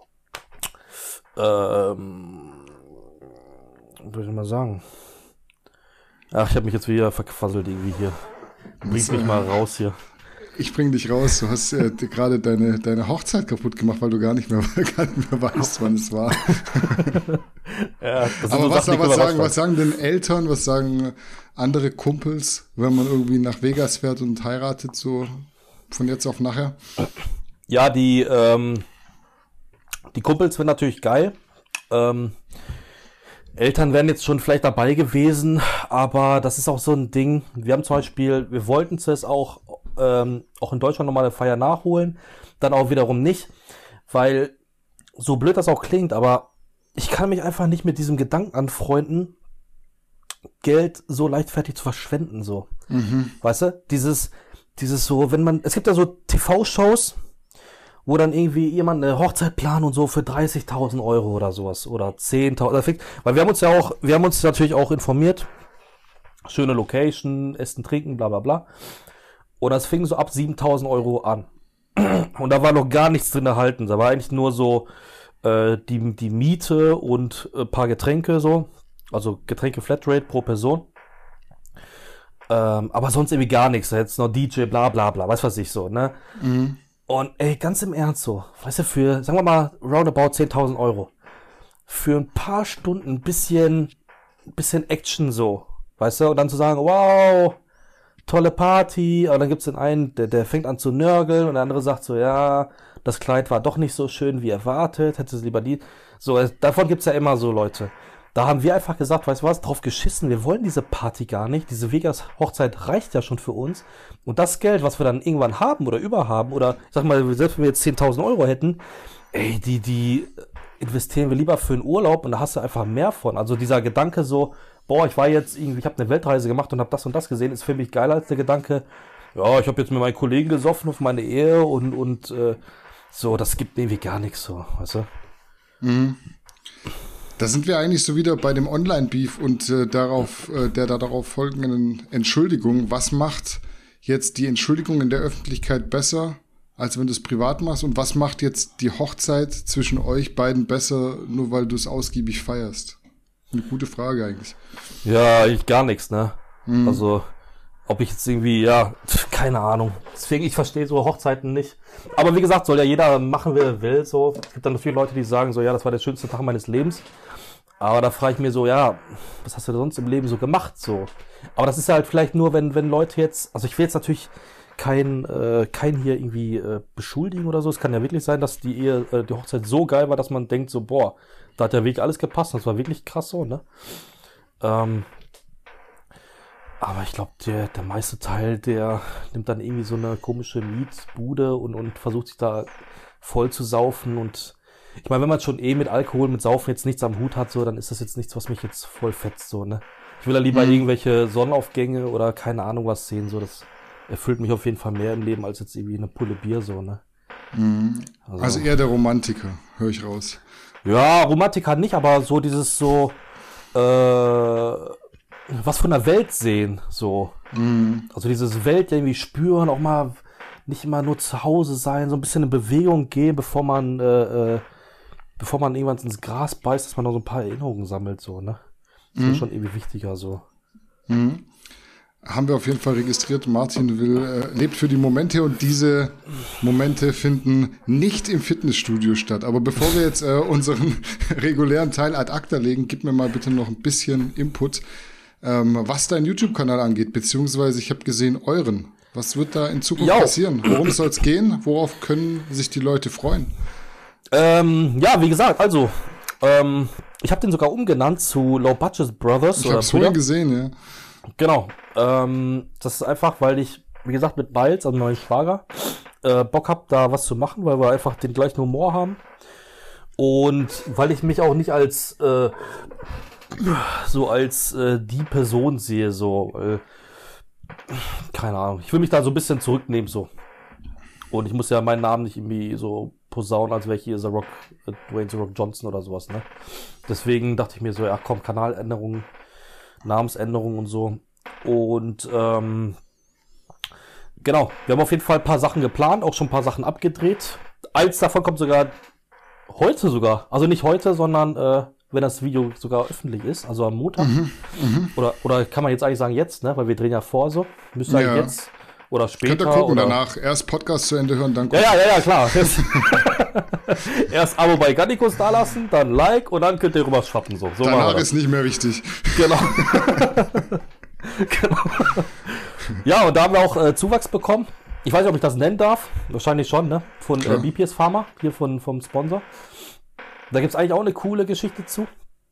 soll ich mal sagen? Ach, ich habe mich jetzt wieder verquasselt irgendwie hier. Bring mich mal raus hier. Ich bring dich raus. Du hast gerade deine Hochzeit kaputt gemacht, weil du gar nicht mehr weißt, wann es war. Ja, aber was sagen denn Eltern, was sagen andere Kumpels, wenn man irgendwie nach Vegas fährt und heiratet, so von jetzt auf nachher? Ja, die Kumpels wären natürlich geil. Eltern wären jetzt schon vielleicht dabei gewesen, aber das ist auch so ein Ding. Wir haben zum Beispiel, wir wollten es auch in Deutschland nochmal eine Feier nachholen, dann auch wiederum nicht, weil so blöd das auch klingt, aber ich kann mich einfach nicht mit diesem Gedanken anfreunden, Geld so leichtfertig zu verschwenden, so. Weißt du? Dieses so, es gibt ja so TV-Shows wo dann irgendwie jemand eine Hochzeit plant und so für 30.000 Euro oder sowas oder 10.000. Weil wir haben uns natürlich auch informiert. Schöne Location, Essen, Trinken, bla bla bla. Und das fing so ab 7.000 Euro an. Und da war noch gar nichts drin erhalten. Da war eigentlich nur so die Miete und ein paar Getränke so. Also Getränke Flatrate pro Person. Aber sonst irgendwie gar nichts. Jetzt noch DJ, bla bla bla, was ich so, ne? Mhm. Und ey, ganz im Ernst so, weißt du, für, sagen wir mal, roundabout 10.000 Euro. Für ein paar Stunden ein bisschen Action so, weißt du? Und dann zu sagen, wow, tolle Party. Und dann gibt's den einen, der fängt an zu nörgeln und der andere sagt so, ja, das Kleid war doch nicht so schön wie erwartet, hätte es lieber die. So, davon gibt's ja immer so Leute. Da haben wir einfach gesagt, weißt du was, drauf geschissen, wir wollen diese Party gar nicht. Diese Vegas-Hochzeit reicht ja schon für uns. Und das Geld, was wir dann irgendwann haben oder überhaben, oder ich sag mal, selbst wenn wir jetzt 10.000 Euro hätten, ey, die investieren wir lieber für einen Urlaub und da hast du einfach mehr von. Also dieser Gedanke so, boah, ich habe eine Weltreise gemacht und habe das und das gesehen, ist für mich geiler als der Gedanke, ja, ich habe jetzt mit meinen Kollegen gesoffen auf meine Ehe und so, das gibt irgendwie gar nichts so, weißt du? Mhm. Da sind wir eigentlich so wieder bei dem Online-Beef und der darauf folgenden Entschuldigung. Was macht jetzt die Entschuldigung in der Öffentlichkeit besser, als wenn du es privat machst? Und was macht jetzt die Hochzeit zwischen euch beiden besser, nur weil du es ausgiebig feierst? Eine gute Frage eigentlich. Ja, eigentlich gar nichts, ne? Mhm. Also, ob ich jetzt irgendwie, ja, keine Ahnung. Deswegen, ich verstehe so Hochzeiten nicht. Aber wie gesagt, soll ja jeder machen, wie er will, so. Es gibt dann viele Leute, die sagen so, ja, das war der schönste Tag meines Lebens. Aber da frage ich mir so, ja, was hast du sonst im Leben so gemacht, so? Aber das ist halt vielleicht nur, wenn Leute jetzt, also ich will jetzt natürlich kein hier irgendwie beschuldigen oder so. Es kann ja wirklich sein, dass die Hochzeit so geil war, dass man denkt so, boah, da hat ja wirklich alles gepasst. Das war wirklich krass so, ne? Aber ich glaube, der meiste Teil, der nimmt dann irgendwie so eine komische Mietbude und versucht sich da voll zu saufen. Und ich meine, wenn man schon mit Alkohol, mit Saufen jetzt nichts am Hut hat, so, dann ist das jetzt nichts, was mich jetzt voll fetzt, so, ne? Ich will ja lieber irgendwelche Sonnenaufgänge oder keine Ahnung was sehen, so, das erfüllt mich auf jeden Fall mehr im Leben als jetzt irgendwie eine Pulle Bier, so, ne? Mhm. Also eher der Romantiker, höre ich raus. Ja, Romantiker nicht, aber so dieses so, was von der Welt sehen, so. Mhm. Also dieses Welt irgendwie spüren, auch mal nicht immer nur zu Hause sein, so ein bisschen in Bewegung gehen, bevor man irgendwann ins Gras beißt, dass man noch so ein paar Erinnerungen sammelt, so, ne? Das ist schon irgendwie wichtiger, so. Mhm. Haben wir auf jeden Fall registriert. Martin lebt für die Momente und diese Momente finden nicht im Fitnessstudio statt. Aber bevor wir jetzt unseren regulären Teil ad acta legen, gib mir mal bitte noch ein bisschen Input, was dein YouTube-Kanal angeht, beziehungsweise ich habe gesehen euren. Was wird da in Zukunft passieren? Worum soll es gehen? Worauf können sich die Leute freuen? Ja, wie gesagt, also ich habe den sogar umgenannt zu Low Budget Brothers. Ich habe es vorhin gesehen, ja. Genau. Das ist einfach, weil ich, wie gesagt, mit Miles, also meinem Schwager, Bock hab, da was zu machen, weil wir einfach den gleichen Humor haben. Und weil ich mich auch nicht als die Person sehe, so, keine Ahnung. Ich will mich da so ein bisschen zurücknehmen, so. Und ich muss ja meinen Namen nicht irgendwie so posaunen, als wäre ich hier Dwayne The Rock Johnson oder sowas, ne? Deswegen dachte ich mir so, ja komm, Kanaländerung, Namensänderung und so. Und genau, wir haben auf jeden Fall ein paar Sachen geplant, auch schon ein paar Sachen abgedreht. Eins davon kommt heute sogar. Also nicht heute, sondern wenn das Video sogar öffentlich ist, also am Montag. Oder kann man jetzt eigentlich sagen jetzt, ne? Weil wir drehen ja vor so. Müsste eigentlich jetzt oder später. Könnt ihr gucken, oder danach erst Podcast zu Ende hören, dann gucken. Ja, klar. Erst Abo bei Gannikus dalassen, dann Like und dann könnt ihr rüber schwappen. So danach ist nicht mehr wichtig. Genau. Genau. Ja, und da haben wir auch Zuwachs bekommen. Ich weiß nicht, ob ich das nennen darf. Wahrscheinlich schon, ne? Von BPS Pharma, hier vom Sponsor. Da gibt's eigentlich auch eine coole Geschichte zu.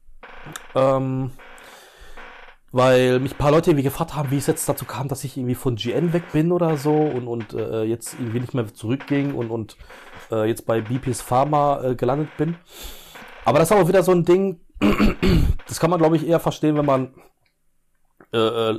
Weil mich ein paar Leute irgendwie gefragt haben, wie es jetzt dazu kam, dass ich irgendwie von GN weg bin oder so und jetzt irgendwie nicht mehr zurückging und jetzt bei BPS Pharma gelandet bin. Aber das ist auch wieder so ein Ding, das kann man, glaube ich, eher verstehen, wenn man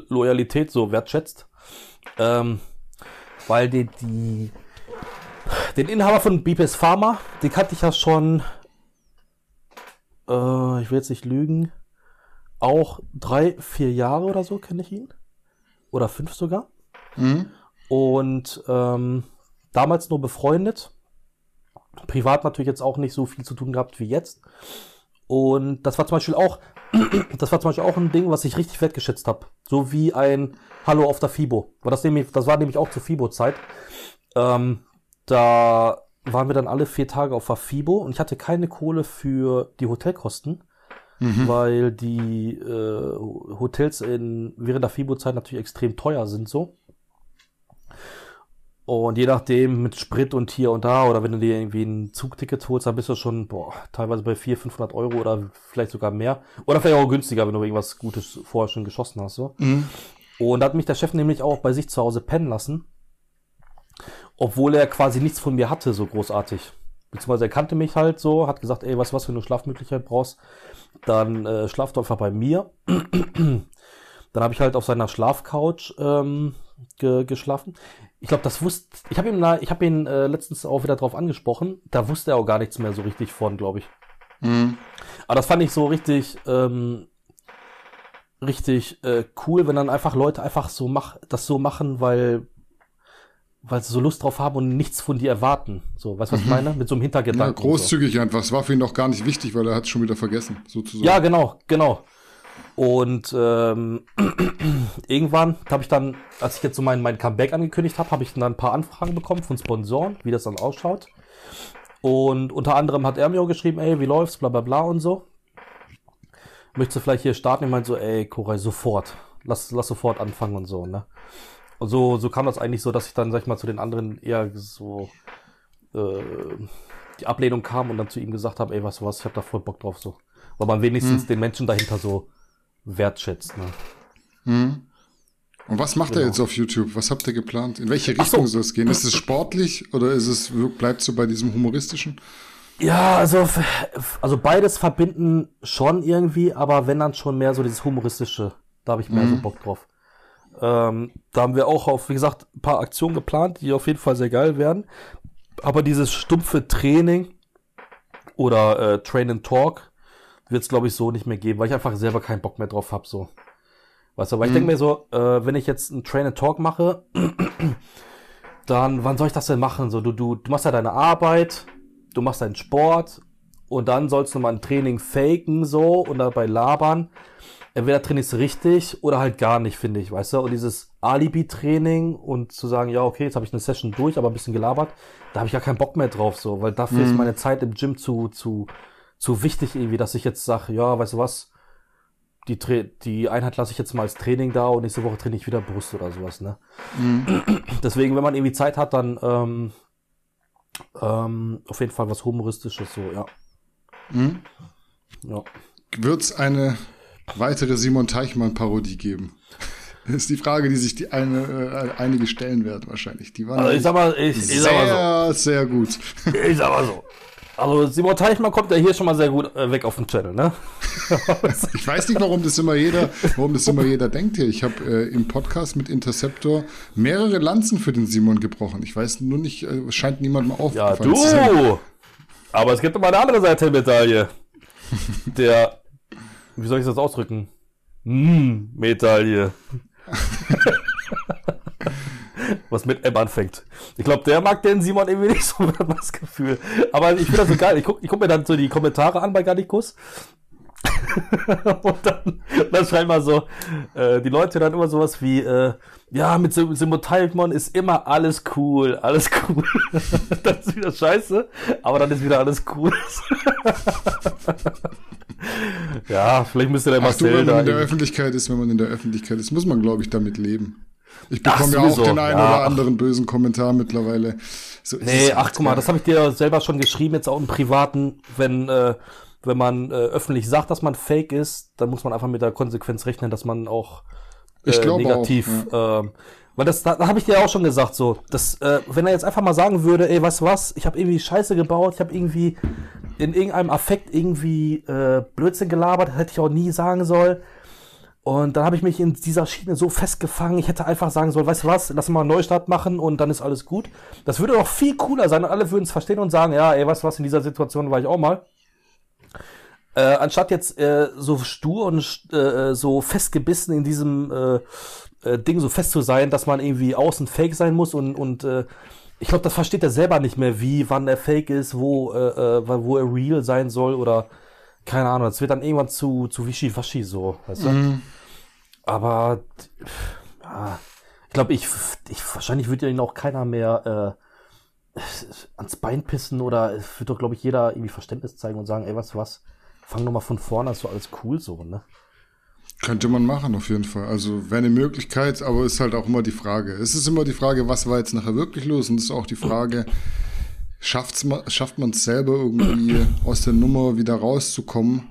Loyalität so wertschätzt. Weil die Den Inhaber von BPS Pharma, den kannte ich ja schon, ich will jetzt nicht lügen, auch 3-4 Jahre oder so kenne ich ihn. Oder 5 sogar. Und damals nur befreundet. Privat natürlich jetzt auch nicht so viel zu tun gehabt wie jetzt. Und das war zum Beispiel auch ein Ding, was ich richtig wertgeschätzt habe. So wie ein Hallo auf der FIBO. Das war nämlich auch zur FIBO-Zeit. Da waren wir dann alle 4 Tage auf der FIBO und ich hatte keine Kohle für die Hotelkosten, weil die Hotels während der FIBO-Zeit natürlich extrem teuer sind so. Und je nachdem mit Sprit und hier und da oder wenn du dir irgendwie ein Zugticket holst, dann bist du schon teilweise bei 400-500 Euro oder vielleicht sogar mehr. Oder vielleicht auch günstiger, wenn du irgendwas Gutes vorher schon geschossen hast. So. Und da hat mich der Chef nämlich auch bei sich zu Hause pennen lassen. Obwohl er quasi nichts von mir hatte, so großartig. Beziehungsweise er kannte mich halt so, hat gesagt, ey, weißt du was, wenn du Schlafmöglichkeit brauchst, dann schlaf doch einfach bei mir. Dann habe ich halt auf seiner Schlafcouch geschlafen. Ich glaube, ich habe ihn letztens auch wieder drauf angesprochen, da wusste er auch gar nichts mehr so richtig von, glaube ich. Aber das fand ich so richtig cool, wenn dann einfach Leute einfach das so machen, weil sie so Lust drauf haben und nichts von dir erwarten. So, weißt du, was ich meine? Mit so einem Hintergedanken. Ja, großzügig einfach. Es war für ihn noch gar nicht wichtig, weil er hat es schon wieder vergessen, sozusagen. Ja, genau. Und irgendwann habe ich dann, als ich jetzt so mein Comeback angekündigt habe ich dann ein paar Anfragen bekommen von Sponsoren, wie das dann ausschaut. Und unter anderem hat er mir auch geschrieben, ey, wie läuft's, bla bla bla und so. Möchtest du vielleicht hier starten? Ich meinte so, ey, Koray, sofort. Lass sofort anfangen und so, ne? Und so kam das eigentlich so, dass ich dann, sag ich mal, zu den anderen eher so die Ablehnung kam und dann zu ihm gesagt habe, ey, weißt du was, ich hab da voll Bock drauf, so. Weil man wenigstens den Menschen dahinter so wertschätzt, ne? Und was macht er jetzt auf YouTube? Was habt ihr geplant? In welche Richtung soll es gehen? Ist es sportlich oder bleibt so bei diesem humoristischen? Ja, also beides verbinden schon irgendwie, aber wenn dann schon mehr so dieses humoristische, da habe ich mehr so Bock drauf. Da haben wir auch wie gesagt, ein paar Aktionen geplant, die auf jeden Fall sehr geil werden. Aber dieses stumpfe Training oder Train and Talk wird es, glaube ich, so nicht mehr geben, weil ich einfach selber keinen Bock mehr drauf habe, so. Weißt du, weil ich denke mir so, wenn ich jetzt einen Train and Talk mache, dann, wann soll ich das denn machen? So, du machst ja deine Arbeit, du machst deinen Sport und dann sollst du mal ein Training faken, so, und dabei labern. Entweder trainierst du richtig oder halt gar nicht, finde ich, weißt du? Und dieses Alibi-Training und zu sagen, ja, okay, jetzt habe ich eine Session durch, aber ein bisschen gelabert, da habe ich ja keinen Bock mehr drauf, so, weil dafür ist meine Zeit im Gym zu wichtig irgendwie, dass ich jetzt sage, ja, weißt du was, die Einheit lasse ich jetzt mal als Training da und nächste Woche trainiere ich wieder Brust oder sowas, ne? Deswegen, wenn man irgendwie Zeit hat, dann auf jeden Fall was Humoristisches, so, ja. Ja. Wird's eine weitere Simon Teichmann-Parodie geben? Das ist die Frage, die sich einige stellen werden wahrscheinlich. Die waren also ich sag mal so. Sehr gut. Ich sag mal so. Also Simon Teichmann kommt ja hier schon mal sehr gut weg auf dem Channel, ne? Ich weiß nicht, warum das immer jeder denkt hier. Ich habe im Podcast mit Interceptor mehrere Lanzen für den Simon gebrochen. Ich weiß nur nicht, es scheint niemandem aufgefallen zu sein. Ja, du! Aber es gibt immer eine andere Seite der Medaille. Wie soll ich das ausdrücken? Medaille. Was mit M anfängt. Ich glaube, der mag den Simon irgendwie nicht so, hat man das Gefühl. Aber ich finde das so geil. Ich guck mir dann so die Kommentare an bei Gallicus. Und dann schreiben wir so, die Leute dann immer sowas wie, ja, mit Simon Teichmann ist immer alles cool. Dann ist wieder scheiße, aber dann ist wieder alles cool. Ja, vielleicht müsste der Marcel wenn man in der Öffentlichkeit ist, muss man, glaube ich, damit leben. Ich bekomme ja auch den einen oder anderen bösen Kommentar mittlerweile. So guck mal, das habe ich dir selber schon geschrieben, jetzt auch im Privaten, wenn man öffentlich sagt, dass man fake ist, dann muss man einfach mit der Konsequenz rechnen, dass man auch negativ, auch, ja. Weil da habe ich dir auch schon gesagt, so, dass, wenn er jetzt einfach mal sagen würde, ey, weißt du was, ich habe irgendwie Scheiße gebaut, ich habe irgendwie in irgendeinem Affekt irgendwie Blödsinn gelabert, hätte ich auch nie sagen sollen. Und dann habe ich mich in dieser Schiene so festgefangen, ich hätte einfach sagen sollen, weißt du was, lass mal einen Neustart machen und dann ist alles gut. Das würde doch viel cooler sein und alle würden es verstehen und sagen, ja, ey, weißt du was, in dieser Situation war ich auch mal. Anstatt jetzt so stur und so festgebissen in diesem Ding so fest zu sein, dass man irgendwie außen fake sein muss und ich glaube, das versteht er selber nicht mehr, wann er fake ist, wo er real sein soll oder keine Ahnung, das wird dann irgendwann zu wischiwaschi so, weißt du? Aber ja, ich glaube, wahrscheinlich würde ihn auch keiner mehr ans Bein pissen oder es wird doch, glaube ich, jeder irgendwie Verständnis zeigen und sagen, ey, weißt du was, fang doch mal von vorne an, ist so alles cool so, ne? Könnte man machen, auf jeden Fall. Also wäre eine Möglichkeit, aber ist halt auch immer die Frage. Es ist immer die Frage, was war jetzt nachher wirklich los? Und es ist auch die Frage, schafft man es selber irgendwie aus der Nummer wieder rauszukommen?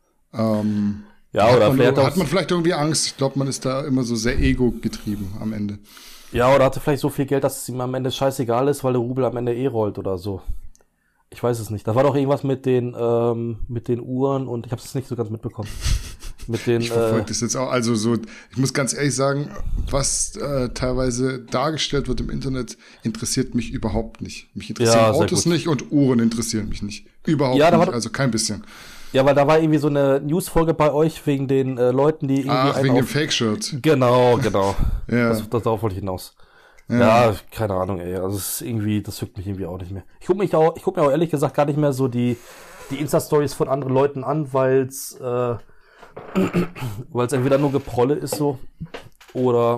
Hat man vielleicht irgendwie Angst? Ich glaube, man ist da immer so sehr ego-getrieben am Ende. Ja, oder hatte vielleicht so viel Geld, dass es ihm am Ende scheißegal ist, weil der Rubel am Ende rollt oder so. Ich weiß es nicht. Da war doch irgendwas mit den Uhren und ich habe es nicht so ganz mitbekommen. Ich verfolge das jetzt auch. Also so, ich muss ganz ehrlich sagen, was teilweise dargestellt wird im Internet, interessiert mich überhaupt nicht. Mich interessieren Autos nicht und Uhren interessieren mich nicht. Überhaupt nicht, also kein bisschen. Ja, weil da war irgendwie so eine Newsfolge bei euch wegen den Leuten, die irgendwie wegen dem Fake-Shirt. Genau. Ja. Darauf wollte ich hinaus. Ja, keine Ahnung, ey. Also es ist irgendwie, das juckt mich irgendwie auch nicht mehr. Ich guck mir auch ehrlich gesagt gar nicht mehr so die Insta-Stories von anderen Leuten an, weil es entweder nur Geprolle ist so oder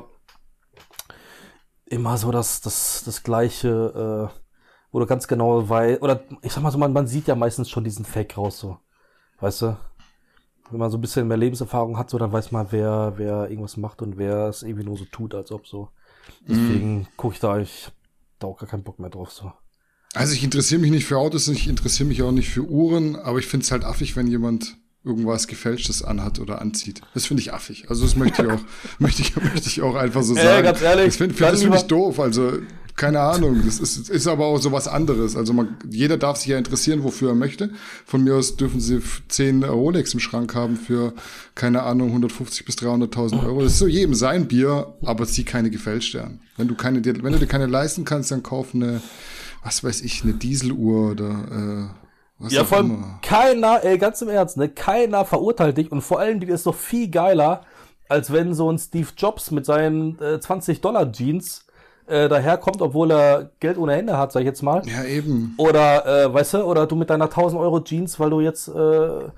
immer so das Gleiche, wo du ganz genau weißt, oder ich sag mal so, man sieht ja meistens schon diesen Fake raus, so, weißt du? Wenn man so ein bisschen mehr Lebenserfahrung hat, so, dann weiß man, wer irgendwas macht und wer es irgendwie nur so tut, als ob so. Deswegen gucke ich hab da auch gar keinen Bock mehr drauf, so. Also ich interessiere mich nicht für Autos, ich interessiere mich auch nicht für Uhren, aber ich finde es halt affig, wenn jemand irgendwas Gefälschtes anhat oder anzieht. Das finde ich affig. Also das möchte ich auch einfach so sagen. Ganz ehrlich. Das finde ich doof. Also keine Ahnung. Das ist aber auch so was anderes. Also jeder darf sich ja interessieren, wofür er möchte. Von mir aus dürfen sie 10 Rolex im Schrank haben für, keine Ahnung, 150.000 bis 300.000 Euro. Das ist so jedem sein Bier, aber zieh keine gefälschte an. Wenn du dir keine leisten kannst, dann kauf eine, was weiß ich, eine Dieseluhr oder ja, vor allem keiner, ganz im Ernst, ne, keiner verurteilt dich und vor allem, die ist doch viel geiler, als wenn so ein Steve Jobs mit seinen $20 daherkommt, obwohl er Geld ohne Hände hat, sag ich jetzt mal. Ja, eben. Oder, weißt du, oder du mit deiner 1.000 Euro Jeans, weil du jetzt, das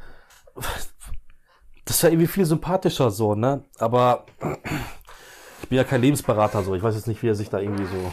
ist ja irgendwie viel sympathischer so, ne, aber ich bin ja kein Lebensberater so, ich weiß jetzt nicht, wie er sich da irgendwie so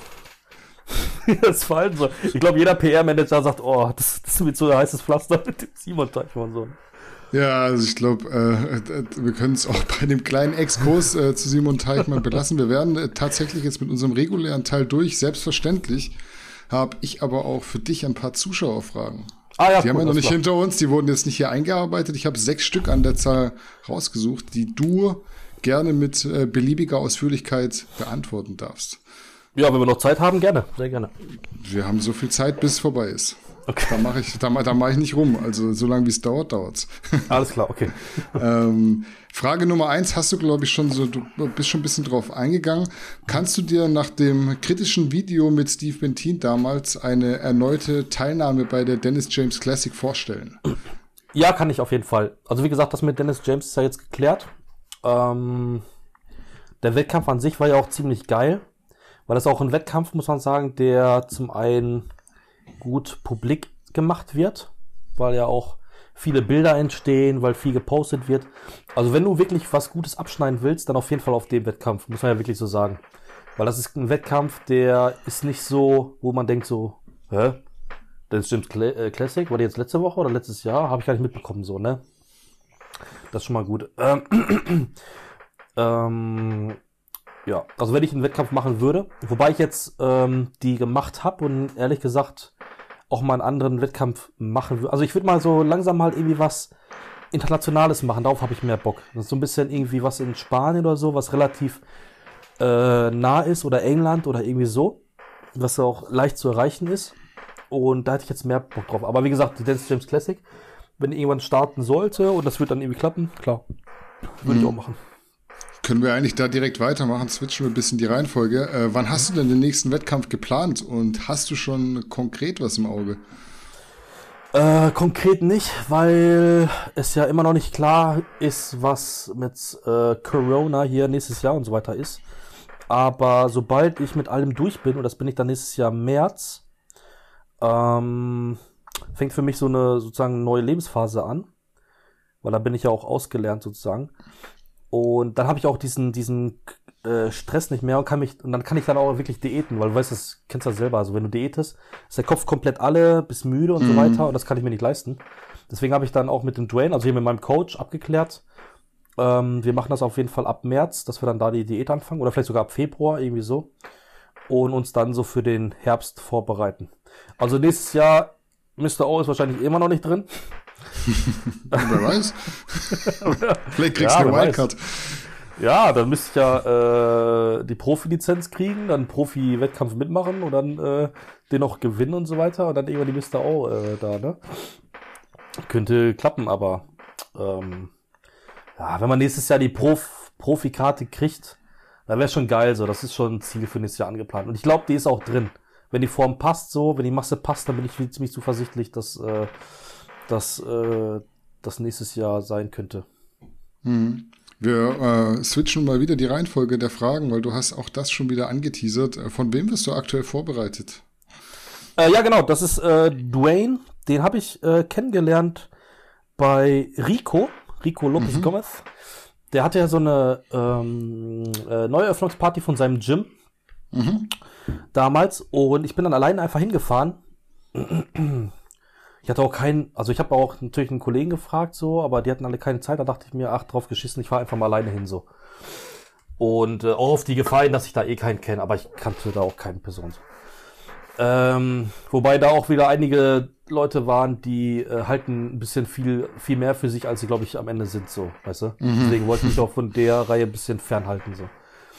das fallen so. Ich glaube, jeder PR-Manager sagt, oh, das ist mit so ein heißes Pflaster mit dem Simon Teichmann so. Ja, also ich glaube, wir können es auch bei dem kleinen Exkurs zu Simon Teichmann belassen. Wir werden tatsächlich jetzt mit unserem regulären Teil durch. Selbstverständlich habe ich aber auch für dich ein paar Zuschauerfragen. Ja, die haben wir noch nicht hinter uns, die wurden jetzt nicht hier eingearbeitet. Ich habe 6 Stück an der Zahl rausgesucht, die du gerne mit beliebiger Ausführlichkeit beantworten darfst. Ja, wenn wir noch Zeit haben, gerne. Sehr gerne. Wir haben so viel Zeit, bis es vorbei ist. Okay. Da mach ich nicht rum. Also so lange wie es dauert, dauert's. Alles klar, okay. Frage Nummer 1 hast du, glaube ich, du bist schon ein bisschen drauf eingegangen. Kannst du dir nach dem kritischen Video mit Steve Bentin damals eine erneute Teilnahme bei der Dennis James Classic vorstellen? Ja, kann ich auf jeden Fall. Also wie gesagt, das mit Dennis James ist ja jetzt geklärt. Der Wettkampf an sich war ja auch ziemlich geil. Weil das auch ein Wettkampf, muss man sagen, der zum einen gut publik gemacht wird, weil ja auch viele Bilder entstehen, weil viel gepostet wird. Also wenn du wirklich was Gutes abschneiden willst, dann auf jeden Fall auf dem Wettkampf, muss man ja wirklich so sagen. Weil das ist ein Wettkampf, der ist nicht so, wo man denkt so, das James Classic, war die jetzt letzte Woche oder letztes Jahr? Habe ich gar nicht mitbekommen, so, ne? Das ist schon mal gut. Ja, also wenn ich einen Wettkampf machen würde, wobei ich jetzt die gemacht habe und ehrlich gesagt auch mal einen anderen Wettkampf machen würde. Also ich würde mal so langsam halt irgendwie was Internationales machen, darauf habe ich mehr Bock. Das ist so ein bisschen irgendwie was in Spanien oder so, was relativ nah ist oder England oder irgendwie so, was auch leicht zu erreichen ist. Und da hätte ich jetzt mehr Bock drauf. Aber wie gesagt, die Dennis James Classic, wenn irgendwann starten sollte und das wird dann irgendwie klappen, klar, würde ich auch machen. Können wir eigentlich da direkt weitermachen? Switchen wir ein bisschen die Reihenfolge. Wann hast du denn den nächsten Wettkampf geplant und hast du schon konkret was im Auge? Konkret nicht, weil es ja immer noch nicht klar ist, was mit Corona hier nächstes Jahr und so weiter ist. Aber sobald ich mit allem durch bin, und das bin ich dann nächstes Jahr im März, fängt für mich so eine sozusagen neue Lebensphase an. Weil da bin ich ja auch ausgelernt sozusagen. Und dann habe ich auch diesen Stress nicht mehr und dann kann ich dann auch wirklich diäten, weil du weißt, das kennst du ja selber, also wenn du diätest, ist der Kopf komplett alle, bist müde und so weiter und das kann ich mir nicht leisten. Deswegen habe ich dann auch mit dem Dwayne, also hier mit meinem Coach abgeklärt, wir machen das auf jeden Fall ab März, dass wir dann da die Diät anfangen oder vielleicht sogar ab Februar, irgendwie so, und uns dann so für den Herbst vorbereiten. Also nächstes Jahr, Mr. O ist wahrscheinlich immer noch nicht drin. Wer weiß. Vielleicht kriegst du eine Wildcard. Ja, dann müsste ich ja die Profi-Lizenz kriegen, dann Profi-Wettkampf mitmachen und dann den noch gewinnen und so weiter und dann irgendwann die Mr. O da, ne? Könnte klappen, aber ja, wenn man nächstes Jahr die Profikarte kriegt, dann wäre schon geil so. Das ist schon ein Ziel für nächstes Jahr angeplant. Und ich glaube, die ist auch drin. Wenn die Form passt so, wenn die Masse passt, dann bin ich ziemlich zuversichtlich, dass das nächstes Jahr sein könnte. Wir switchen mal wieder die Reihenfolge der Fragen, weil du hast auch das schon wieder angeteasert. Von wem wirst du aktuell vorbereitet? Ja, genau, das ist Dwayne. Den habe ich kennengelernt bei Rico Lopez Gomez. Der hatte ja so eine Neueröffnungsparty von seinem Gym damals und ich bin dann alleine einfach hingefahren. Ich hatte auch ich habe auch natürlich einen Kollegen gefragt, so, aber die hatten alle keine Zeit. Da dachte ich mir, drauf geschissen, ich fahre einfach mal alleine hin, so. Und auch auf die Gefahr hin, dass ich da keinen kenne, aber ich kannte da auch keine Person. Wobei da auch wieder einige Leute waren, die halten ein bisschen viel mehr für sich, als sie, glaube ich, am Ende sind, so, weißt du? Deswegen wollte ich mich auch von der Reihe ein bisschen fernhalten, so.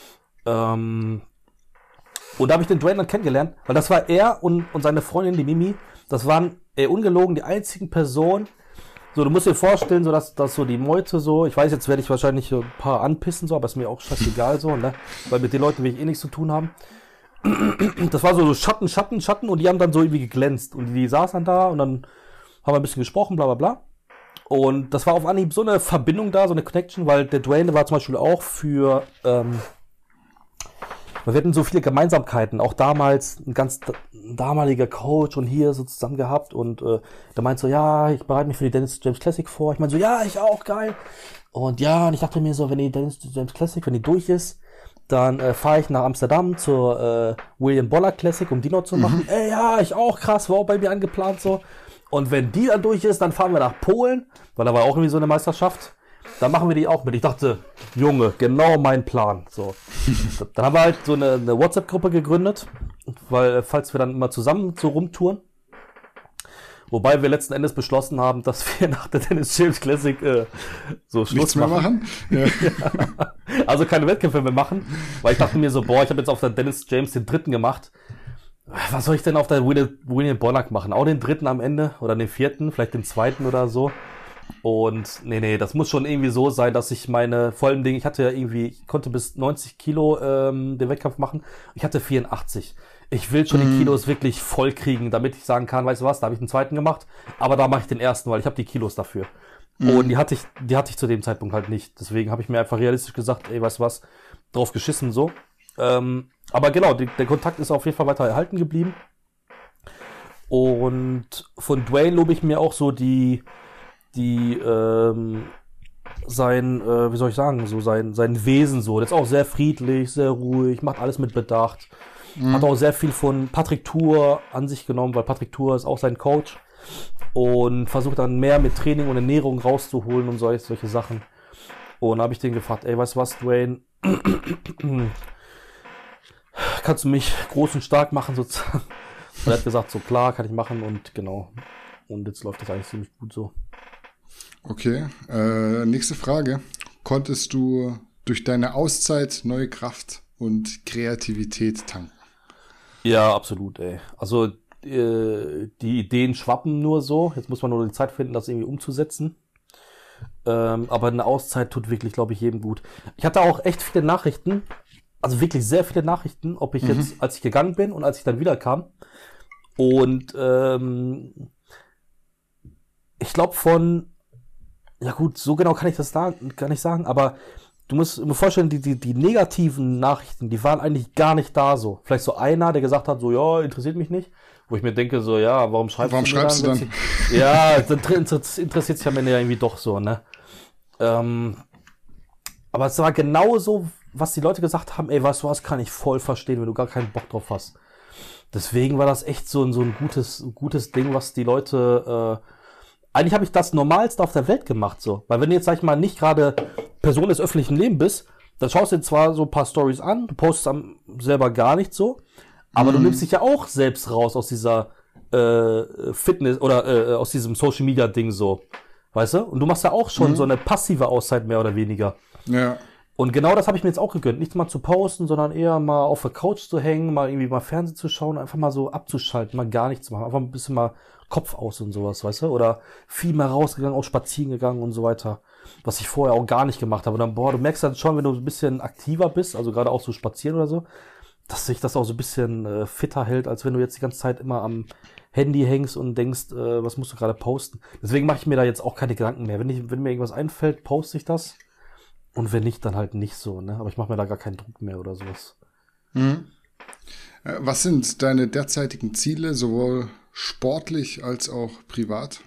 Und da habe ich den Dwayne dann kennengelernt, weil das war er und seine Freundin, die Mimi, das waren ungelogen die einzigen Personen. So, du musst dir vorstellen, so dass so die Meute so, ich weiß, jetzt werde ich wahrscheinlich ein paar anpissen, so, aber ist mir auch scheißegal so, ne? Weil mit den Leuten will ich nichts zu tun haben. Das war so Schatten und die haben dann so irgendwie geglänzt. Und die saßen dann da und dann haben wir ein bisschen gesprochen, bla bla bla. Und das war auf Anhieb so eine Verbindung da, so eine Connection, weil der Dwayne war zum Beispiel auch für wir hatten so viele Gemeinsamkeiten, auch damals ein ganz damaliger Coach und hier so zusammen gehabt und der meint so, ja, ich bereite mich für die Dennis James Classic vor. Ich meine so, ja, ich auch, geil. Und ja, und ich dachte mir so, wenn die Dennis James Classic, wenn die durch ist, dann fahre ich nach Amsterdam zur William Boller Classic, um die noch zu machen. Ey, ja, ich auch, krass, war auch bei mir angeplant so. Und wenn die dann durch ist, dann fahren wir nach Polen, weil da war auch irgendwie so eine Meisterschaft. Dann machen wir die auch mit. Ich dachte, Junge, genau mein Plan. So. Dann haben wir halt so eine WhatsApp-Gruppe gegründet, weil falls wir dann immer zusammen so rumtouren. Wobei wir letzten Endes beschlossen haben, dass wir nach der Dennis James Classic so Schluss machen. Ja. Also keine Wettkämpfe mehr machen, weil ich dachte mir so, ich habe jetzt auf der Dennis James den dritten gemacht. Was soll ich denn auf der William Bonac machen? Auch den dritten am Ende oder den vierten, vielleicht den zweiten oder so. Und nee, das muss schon irgendwie so sein, dass ich vor allem Dingen, ich konnte bis 90 Kilo den Wettkampf machen. Ich hatte 84. Ich will schon die Kilos wirklich voll kriegen, damit ich sagen kann, weißt du was, da habe ich den zweiten gemacht, aber da mache ich den ersten, weil ich habe die Kilos dafür. Und die hatte ich zu dem Zeitpunkt halt nicht. Deswegen habe ich mir einfach realistisch gesagt, ey, weißt du was, drauf geschissen so. Aber genau, der Kontakt ist auf jeden Fall weiter erhalten geblieben. Und von Dwayne lobe ich mir auch so sein Wesen so. Der ist auch sehr friedlich, sehr ruhig, macht alles mit Bedacht. Hat auch sehr viel von Patrick Tuor an sich genommen, weil Patrick Tuor ist auch sein Coach und versucht dann mehr mit Training und Ernährung rauszuholen und solche Sachen. Und da habe ich den gefragt, ey, weißt du was, Dwayne, kannst du mich groß und stark machen sozusagen? Und er hat gesagt, so klar, kann ich machen und genau. Und jetzt läuft das eigentlich ziemlich gut so. Okay, nächste Frage. Konntest du durch deine Auszeit neue Kraft und Kreativität tanken? Ja, absolut, ey. Also die Ideen schwappen nur so. Jetzt muss man nur die Zeit finden, das irgendwie umzusetzen. Aber eine Auszeit tut wirklich, glaube ich, jedem gut. Ich hatte auch echt viele Nachrichten, also wirklich sehr viele Nachrichten, ob ich jetzt, als ich gegangen bin und als ich dann wieder kam. Und ich glaube ja gut, so genau kann ich das da gar nicht sagen, aber du musst mir vorstellen, die negativen Nachrichten, die waren eigentlich gar nicht da so. Vielleicht so einer, der gesagt hat, so, ja, interessiert mich nicht. Wo ich mir denke, so, ja, warum schreibst du dann? Ja, das interessiert sich am Ende ja irgendwie doch so, ne? Aber es war genauso, was die Leute gesagt haben, ey, weißt du was, kann ich voll verstehen, wenn du gar keinen Bock drauf hast. Deswegen war das echt so ein gutes Ding, was die Leute, eigentlich habe ich das Normalste auf der Welt gemacht, so. Weil wenn du jetzt, sag ich mal, nicht gerade Person des öffentlichen Lebens bist, dann schaust du dir zwar so ein paar Stories an, du postest selber gar nicht so, aber du nimmst dich ja auch selbst raus aus dieser Fitness oder aus diesem Social Media Ding so. Weißt du? Und du machst ja auch schon so eine passive Auszeit mehr oder weniger. Ja. Und genau das habe ich mir jetzt auch gegönnt. Nicht mal zu posten, sondern eher mal auf der Couch zu hängen, mal irgendwie mal Fernsehen zu schauen, einfach mal so abzuschalten, mal gar nichts zu machen. Einfach ein bisschen mal Kopf aus und sowas, weißt du? Oder viel mehr rausgegangen, auch spazieren gegangen und so weiter. Was ich vorher auch gar nicht gemacht habe. Und dann, du merkst dann schon, wenn du ein bisschen aktiver bist, also gerade auch so spazieren oder so, dass sich das auch so ein bisschen fitter hält, als wenn du jetzt die ganze Zeit immer am Handy hängst und denkst, was musst du gerade posten. Deswegen mache ich mir da jetzt auch keine Gedanken mehr. Wenn mir irgendwas einfällt, poste ich das. Und wenn nicht, dann halt nicht so, ne? Aber ich mache mir da gar keinen Druck mehr oder sowas. Was sind deine derzeitigen Ziele, sowohl sportlich als auch privat?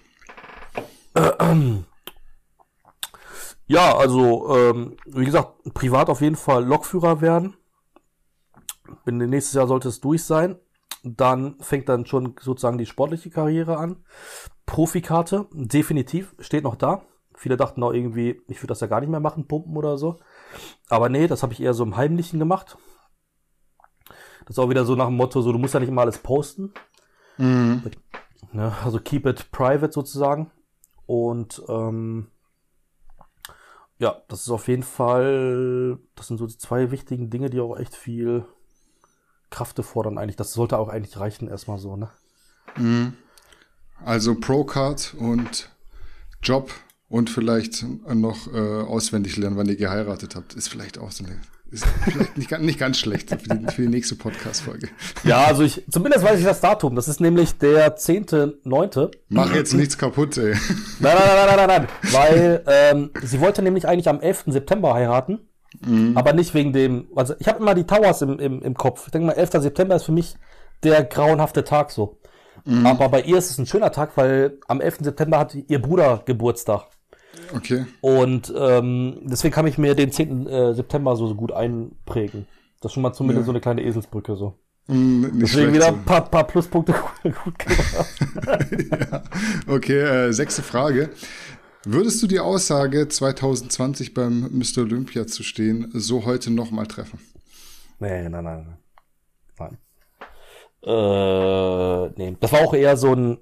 Ja, also, wie gesagt, privat auf jeden Fall Lokführer werden. Nächstes Jahr sollte es durch sein. Dann fängt dann schon sozusagen die sportliche Karriere an. Profikarte, definitiv, steht noch da. Viele dachten auch irgendwie, ich würde das ja gar nicht mehr machen, pumpen oder so. Aber nee, das habe ich eher so im Heimlichen gemacht. Das ist auch wieder so nach dem Motto, so du musst ja nicht immer alles posten. Ja, also keep it private sozusagen. Und ja, das ist auf jeden Fall, das sind so die zwei wichtigen Dinge, die auch echt viel Kraft fordern eigentlich. Das sollte auch eigentlich reichen erstmal so, ne? Also Procard und Job und vielleicht noch auswendig lernen, wann ihr geheiratet habt. Ist vielleicht auch so ist vielleicht nicht ganz schlecht für die nächste Podcast-Folge. Ja, also zumindest weiß ich das Datum. Das ist nämlich der 10.9. Mach jetzt nichts kaputt, ey. Nein. Weil sie wollte nämlich eigentlich am 11. September heiraten. Aber nicht wegen dem, also ich habe immer die Towers im Kopf. Ich denke mal, 11. September ist für mich der grauenhafte Tag so. Aber bei ihr ist es ein schöner Tag, weil am 11. September hat ihr Bruder Geburtstag. Okay. Und deswegen kann ich mir den 10. September so gut einprägen. Das ist schon mal zumindest so eine kleine Eselsbrücke so. Deswegen wieder ein paar Pluspunkte gut gemacht. Ja. Okay, 6. Frage. Würdest du die Aussage, 2020 beim Mr. Olympia zu stehen, so heute nochmal treffen? Nee, nein. Nee, das war auch eher so ein...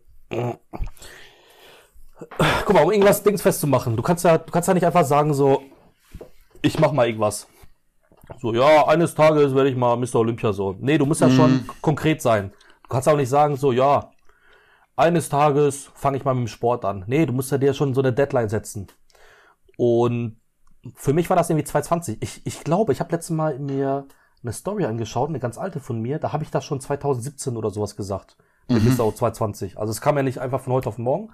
Guck mal, um irgendwas Dings festzumachen. Du kannst ja nicht einfach sagen so, ich mach mal irgendwas. So, ja, eines Tages werde ich mal Mr. Olympia so. Nee, du musst ja schon konkret sein. Du kannst auch nicht sagen so, ja, eines Tages fange ich mal mit dem Sport an. Nee, du musst ja dir schon so eine Deadline setzen. Und für mich war das irgendwie 2020. Ich glaube, ich habe letztes Mal mir eine Story angeschaut, eine ganz alte von mir. Da habe ich das schon 2017 oder sowas gesagt. Mit Mr. 2020. Also es kam ja nicht einfach von heute auf morgen.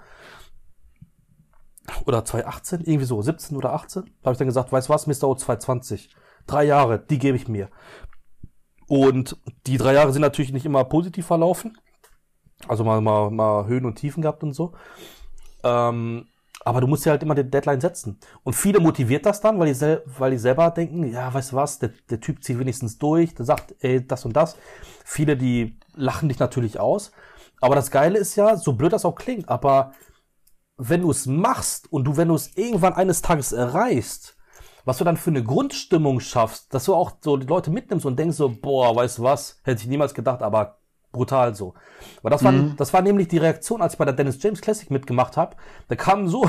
Oder 2018, irgendwie so, 17 oder 18. Da habe ich dann gesagt, weißt du was, Mr. 2020. 3 Jahre, die gebe ich mir. Und die 3 Jahre sind natürlich nicht immer positiv verlaufen. Also mal Höhen und Tiefen gehabt und so. Aber du musst ja halt immer die Deadline setzen. Und viele motiviert das dann, weil die selber denken, ja, weißt du was, der Typ zieht wenigstens durch, der sagt, ey, das und das. Viele, die lachen dich natürlich aus. Aber das Geile ist ja, so blöd das auch klingt, aber wenn du es machst und wenn du es irgendwann eines Tages erreichst, was du dann für eine Grundstimmung schaffst, dass du auch so die Leute mitnimmst und denkst so, boah, weißt du was, hätte ich niemals gedacht, aber brutal so. Weil das war nämlich die Reaktion, als ich bei der Dennis James Classic mitgemacht habe. Da kamen so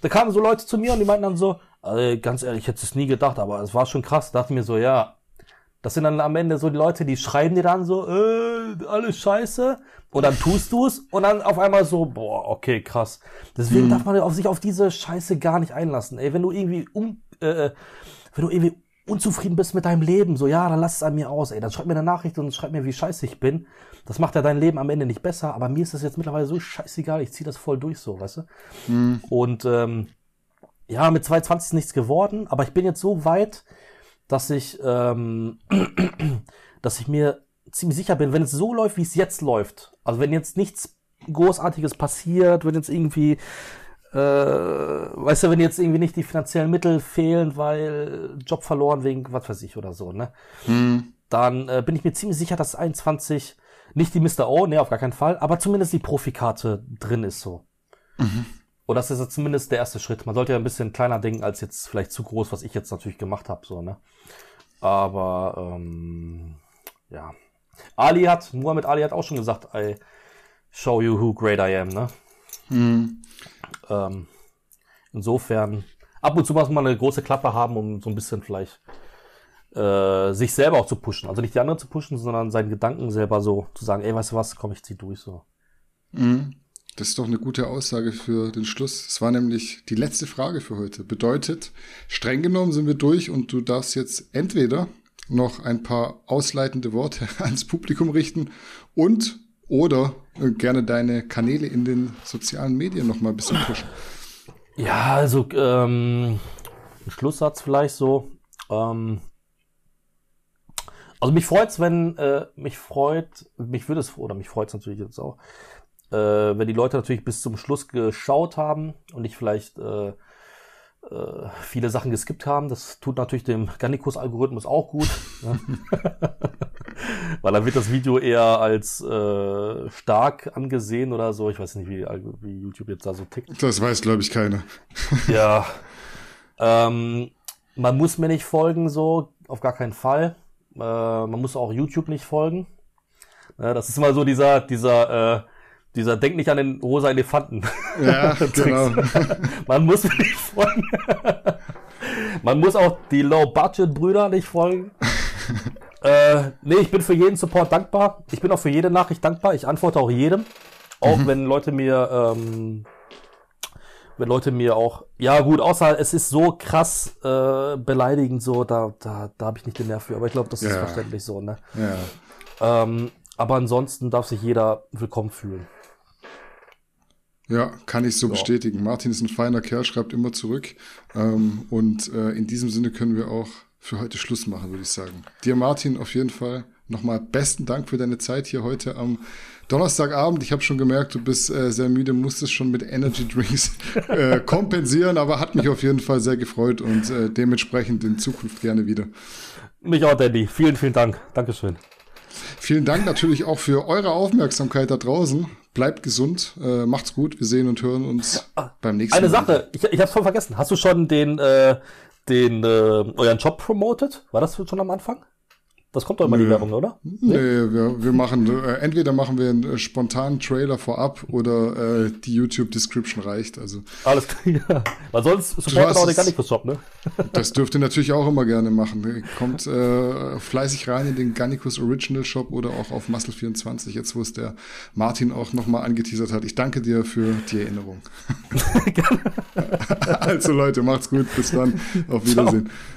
Leute zu mir und die meinten dann so, ganz ehrlich, ich hätte es nie gedacht, aber es war schon krass. Da dachte ich mir so, ja, Das sind dann am Ende so die Leute, die schreiben dir dann so, alles scheiße. Und dann tust du es und dann auf einmal so, boah, okay, krass. Deswegen darf man sich auf diese Scheiße gar nicht einlassen. Ey, wenn du irgendwie unzufrieden bist mit deinem Leben, so, ja, dann lass es an mir aus, ey. Dann schreib mir eine Nachricht und schreib mir, wie scheiße ich bin. Das macht ja dein Leben am Ende nicht besser, aber mir ist das jetzt mittlerweile so scheißegal, ich zieh das voll durch, so, weißt du? Und, ja, mit 22 ist nichts geworden, aber ich bin jetzt so weit, dass ich mir ziemlich sicher bin, wenn es so läuft, wie es jetzt läuft, also wenn jetzt nichts Großartiges passiert, wenn jetzt irgendwie, weißt du, wenn jetzt irgendwie nicht die finanziellen Mittel fehlen, weil Job verloren wegen was weiß ich oder so, ne, dann bin ich mir ziemlich sicher, dass 21 nicht die Mr. O, ne, auf gar keinen Fall, aber zumindest die Profikarte drin ist so. Und das ist ja zumindest der erste Schritt. Man sollte ja ein bisschen kleiner denken, als jetzt vielleicht zu groß, was ich jetzt natürlich gemacht habe, so, ne. Aber, ja. Muhammad Ali hat auch schon gesagt, I show you who great I am, ne. Insofern, ab und zu muss man eine große Klappe haben, um so ein bisschen vielleicht sich selber auch zu pushen. Also nicht die anderen zu pushen, sondern seinen Gedanken selber so zu sagen, ey, weißt du was, komm, ich zieh durch, so. Das ist doch eine gute Aussage für den Schluss. Es war nämlich die letzte Frage für heute. Bedeutet, streng genommen sind wir durch und du darfst jetzt entweder noch ein paar ausleitende Worte ans Publikum richten oder gerne deine Kanäle in den sozialen Medien noch mal ein bisschen pushen. Ja, also ein Schlusssatz vielleicht so. Also mich freut's, mich freut's natürlich jetzt auch, wenn die Leute natürlich bis zum Schluss geschaut haben und nicht vielleicht viele Sachen geskippt haben. Das tut natürlich dem Gannikus-Algorithmus auch gut. Ne? Weil dann wird das Video eher als stark angesehen oder so. Ich weiß nicht, wie YouTube jetzt da so tickt. Das weiß, glaube ich, keiner. Ja. Man muss mir nicht folgen, so, auf gar keinen Fall. Man muss auch YouTube nicht folgen. Das ist immer so dieser Denk nicht an den rosa Elefanten. Ja, genau. Man muss mir nicht folgen. Man muss auch die Low-Budget-Brüder nicht folgen. Nee, ich bin für jeden Support dankbar. Ich bin auch für jede Nachricht dankbar. Ich antworte auch jedem. Auch wenn Leute mir auch, ja gut, außer es ist so krass beleidigend, so, da habe ich nicht den Nerv für. Aber ich glaube, das ist verständlich so, ne? Ja. Aber ansonsten darf sich jeder willkommen fühlen. Ja, kann ich so bestätigen. Martin ist ein feiner Kerl, schreibt immer zurück. Und in diesem Sinne können wir auch für heute Schluss machen, würde ich sagen. Dir, Martin, auf jeden Fall nochmal besten Dank für deine Zeit hier heute am Donnerstagabend. Ich habe schon gemerkt, du bist sehr müde, musstest schon mit Energy Drinks kompensieren, aber hat mich auf jeden Fall sehr gefreut und dementsprechend in Zukunft gerne wieder. Mich auch, Danny. Vielen, vielen Dank. Dankeschön. Vielen Dank natürlich auch für eure Aufmerksamkeit da draußen. Bleibt gesund, macht's gut. Wir sehen und hören uns beim nächsten Mal. Eine Sache, ich hab's voll vergessen. Hast du schon euren Job promoted? War das schon am Anfang? Das kommt doch immer die Werbung, oder? Nee, wir machen, entweder machen wir einen spontanen Trailer vorab oder die YouTube-Description reicht. Also alles klar. Weil sonst supportet auch den Gannikus-Shop, ne? Das dürft ihr natürlich auch immer gerne machen. Kommt fleißig rein in den Gannikus Original Shop oder auch auf Muscle24, jetzt wo es der Martin auch nochmal angeteasert hat. Ich danke dir für die Erinnerung. Also Leute, macht's gut. Bis dann. Auf Wiedersehen. Ciao.